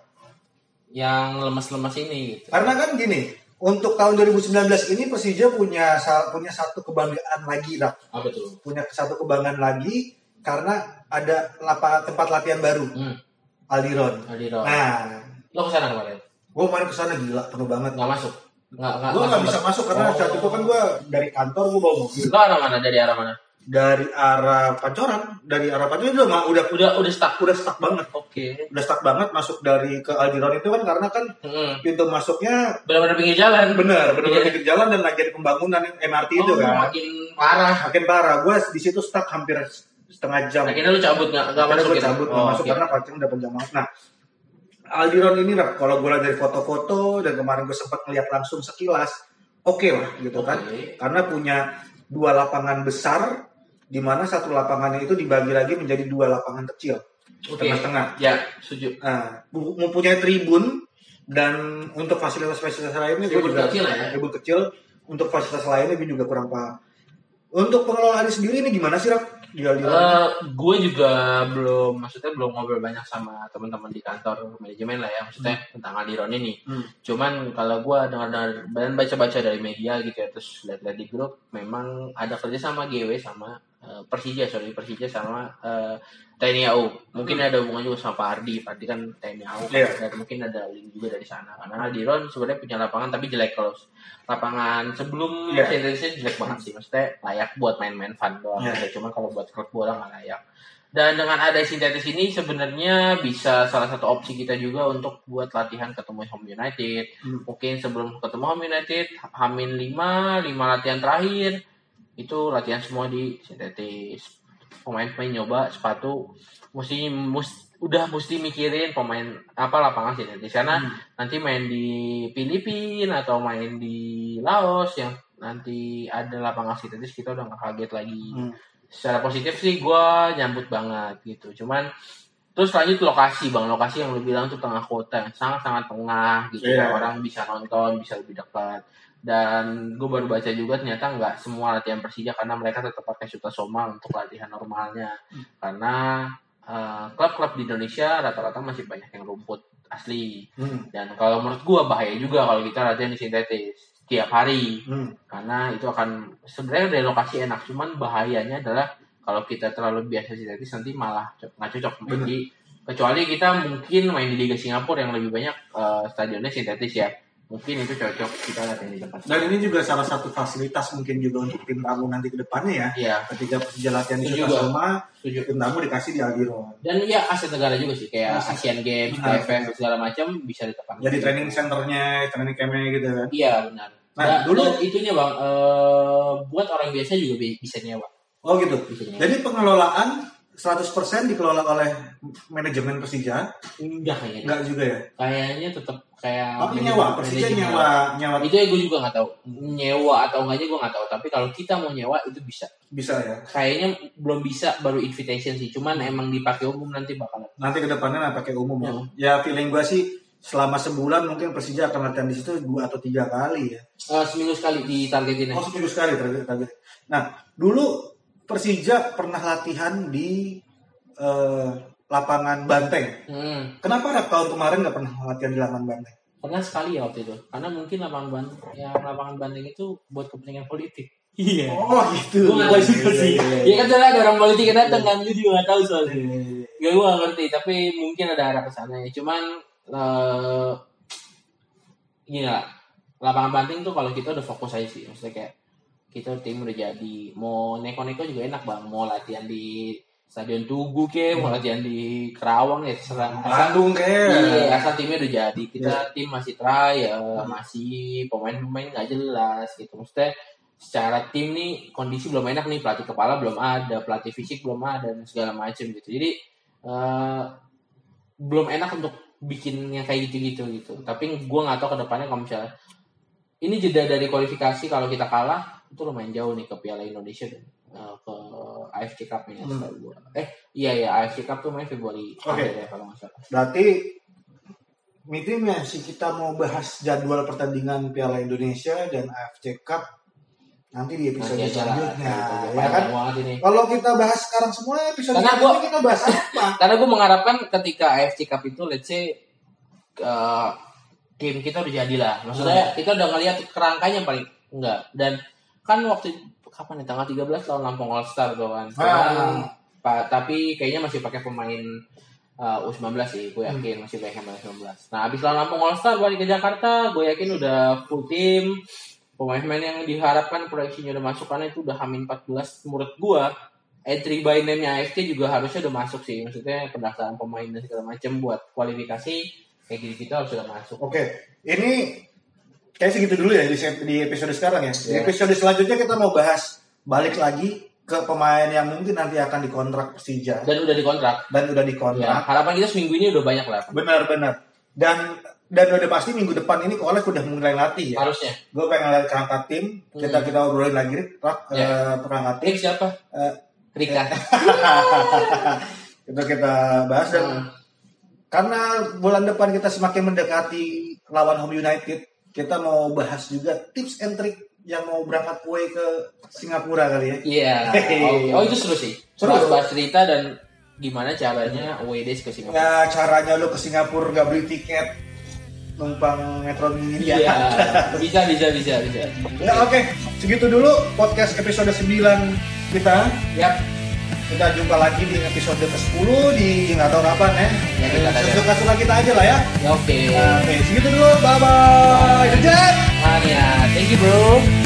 yang lemas-lemas ini gitu. Karena kan gini, untuk tahun 2019 ini Persija punya satu kebanggaan lagi lah. Apa tuh? Punya satu kebanggaan lagi karena ada tempat latihan baru. Aldiron. Nah, lo kesana kemarin? Gue main kesana gila, penuh banget. Nggak masuk? Gue nggak bisa masuk karena saat itu kan gue dari kantor gue bawa mobil. Lo arah mana? Dari arah mana? Dari arah Pancoran. Dari arah Pancoran itu udah stuck banget. Oke. Udah stuck banget masuk dari ke Aldiron itu kan karena kan pintu masuknya benar-benar pinggir jalan. Benar pinggir jalan dan lagi ada pembangunan MRT itu kan. Makin parah. Gue di situ stuck hampir setengah jam. Akhirnya lu cabut nggak masuk? Nggak masuk karena parkir udah jam banget. Nah, Aldiron ini lah, kalau gue lihat dari foto-foto dan kemarin gue sempat ngeliat langsung sekilas, oke lah gitu kan, karena punya 2 lapangan besar, di mana satu lapangannya itu dibagi lagi menjadi 2 lapangan kecil, tengah-tengah. Ya, setuju. Nah, mempunyai tribun dan untuk fasilitas-fasilitas lainnya gue juga tribun kecil, untuk fasilitas lainnya gue juga kurang paham. Untuk pengelolaan sendiri ini gimana sih, Rak? Gue juga belum ngobrol banyak sama teman-teman di kantor manajemen lah ya, maksudnya tentang Aldiron ini. Cuman kalau gue dengar dan baca-baca dari media gitu ya, terus lihat-lihat di grup, memang ada kerja sama GW sama Persija sama TNI AU. Mungkin ada hubungan juga sama Pak Ardi kan TNI AU, dan mungkin ada link juga dari sana. Karena Aldiron sebenarnya punya lapangan tapi jelek. Kalau lapangan sebelum sintetisnya jelek banget sih, maksudnya layak buat main-main fun doang. Cuma kalau buat klub bola nggak layak. Dan dengan ada sintetis ini sebenarnya bisa salah satu opsi kita juga untuk buat latihan ketemu Home United. Mungkin sebelum ketemu Home United, Hamin 5 latihan terakhir itu latihan semua di sintetis. Pemain-pemain nyoba sepatu mesti mikirin pemain lapangan sintetis karena nanti main di Filipina atau main di Laos yang nanti ada lapangan sintetis, kita udah nggak kaget lagi. Secara positif sih gue nyambut banget gitu. Cuman terus lanjut lokasi yang lu bilang tuh tengah kota, sangat-sangat tengah gitu. Orang bisa nonton, bisa lebih dekat. Dan gue baru baca juga ternyata nggak semua latihan Persija karena mereka tetap pakai Suta Soma untuk latihan normalnya. Karena klub-klub di Indonesia rata-rata masih banyak yang rumput asli. Dan kalau menurut gue bahaya juga kalau kita latihan di sintetis tiap hari. Karena itu akan sebenarnya dari lokasi enak, cuman bahayanya adalah kalau kita terlalu biasa sintetis nanti malah nggak cocok. Kecuali kita mungkin main di Liga Singapura yang lebih banyak stadionnya sintetis ya. Mungkin itu cocok kita latihan di tempat. Dan ini juga salah satu fasilitas mungkin juga untuk tim tamu nanti ke depannya ya. Iya. Ketika Persija latihan di Sutasoma, tim tamu dikasih di Aldiron. Dan ya aset negara juga sih, kayak Asian Games, TFF segala macam bisa ditekan. Jadi training centernya, training campnya gitu kan. Iya benar. Nah, dulu dan itunya Bang, buat orang biasa juga bisa nyewa. oh gitu. Bisa nyewa. Jadi pengelolaan 100% dikelola oleh manajemen Persija? Enggak kayaknya. Enggak juga ya? Kayaknya tetap kayak Tapi nyewa, Persija nyewa. Itu ya gue juga nggak tahu. Nyewa atau enggaknya gue nggak tahu. Tapi kalau kita mau nyewa itu bisa. Bisa ya? Kayaknya belum bisa, baru invitation sih. Cuman emang dipakai umum nanti bakalan. Nanti ke depannya pakai umum ya. Hmm. Ya feeling gue sih selama sebulan mungkin Persija akan latihan di situ 2 atau 3 kali ya. Seminggu sekali ditargetin. Oh, seminggu sekali target. Nah, dulu Persija pernah latihan di lapangan Banteng. Kenapa tahun kemarin nggak pernah latihan di lapangan Banteng? Pernah sekali ya waktu itu. Karena mungkin lapangan Banteng itu buat kepentingan politik. Iya. Oh gitu. Gue nggak tahu juga sih. Ya kan soalnya ada orang politik yang datang kan, gue juga nggak tahu soalnya. Gak gue nggak ngerti, tapi mungkin ada arah ke sana ya. Cuman gini lah, lapangan Banteng tuh kalau kita udah fokus aja sih. Maksudnya kayak kita tim udah jadi, mau neko-neko juga enak Bang. Mau latihan di Stadion Tugu mau latihan di Kerawang ya terserah. Bandung Iya, asal timnya udah jadi. Kita tim masih trial, masih pemain-pemain nggak jelas gitu. Maksudnya secara tim nih kondisi belum enak nih, pelatih kepala belum ada, pelatih fisik belum ada dan segala macam gitu. Jadi belum enak untuk bikin yang kayak gitu. Tapi gue nggak tahu ke depannya kalau misalnya ini jeda dari kualifikasi, kalau kita kalah itu lumayan jauh nih ke Piala Indonesia dan ke AFC Cup ini. Iya AFC Cup tuh main Februari. Oke. Ya, kalau nggak salah. Berarti meetingnya sih kita mau bahas jadwal pertandingan Piala Indonesia dan AFC Cup nanti di episode Nanti aja lah, selanjutnya. gitu. Ya kan? Banget ini. Kalau kita bahas sekarang semua episode Karena selanjutnya kita bahas apa? Karena gue mengharapkan ketika AFC Cup itu let's say tim kita udah jadi lah. Maksudnya kita udah ngeliat kerangkanya paling enggak. Dan kan waktu kapan nih tanggal 13 lawan Lampung All Star tuh kan. Tapi kayaknya masih pakai pemain U19 sih. Gue yakin masih pakai pemain U19. Nah, habis lawan Lampung All Star balik ke Jakarta, gue yakin udah full tim. Pemain-pemain yang diharapkan proyeksinya udah masuk karena itu udah H-14 menurut gue. Entry by name-nya AFC juga harusnya udah masuk sih. Maksudnya pendaftaran pemain dan segala macam buat kualifikasi kayak gitu harus sudah masuk. Oke, ini kayak segitu dulu ya di episode sekarang ya. Di episode selanjutnya kita mau bahas balik lagi ke pemain yang mungkin nanti akan dikontrak Persija. Dan udah dikontrak. Ya, harapan kita seminggu ini udah banyak lah. Benar. Dan udah pasti minggu depan ini Kolek udah mulai latih ya. Harusnya. Gue pengen lihat kerangka tim. Kita obrolin lagi perangkat tim. Siapa? Rika. Itu kita bahas dan karena bulan depan kita semakin mendekati lawan Home United, kita mau bahas juga tips and trick yang mau berangkat away ke Singapura kali ya. Iya. Oh itu seru sih. Bahas cerita dan gimana caranya away days ke Singapura. Ya caranya lo ke Singapura nggak beli tiket, numpang Metro Mini. Iya. Bisa. Ya oke. Segitu dulu podcast episode 9 kita. Yap. Kita jumpa lagi di episode ke-10 di nggak tahu kapan ya. Suka-suka kita aja lah ya. Oke. Oke, segitu dulu. Bye-bye. Dejat. Mania. Thank you bro.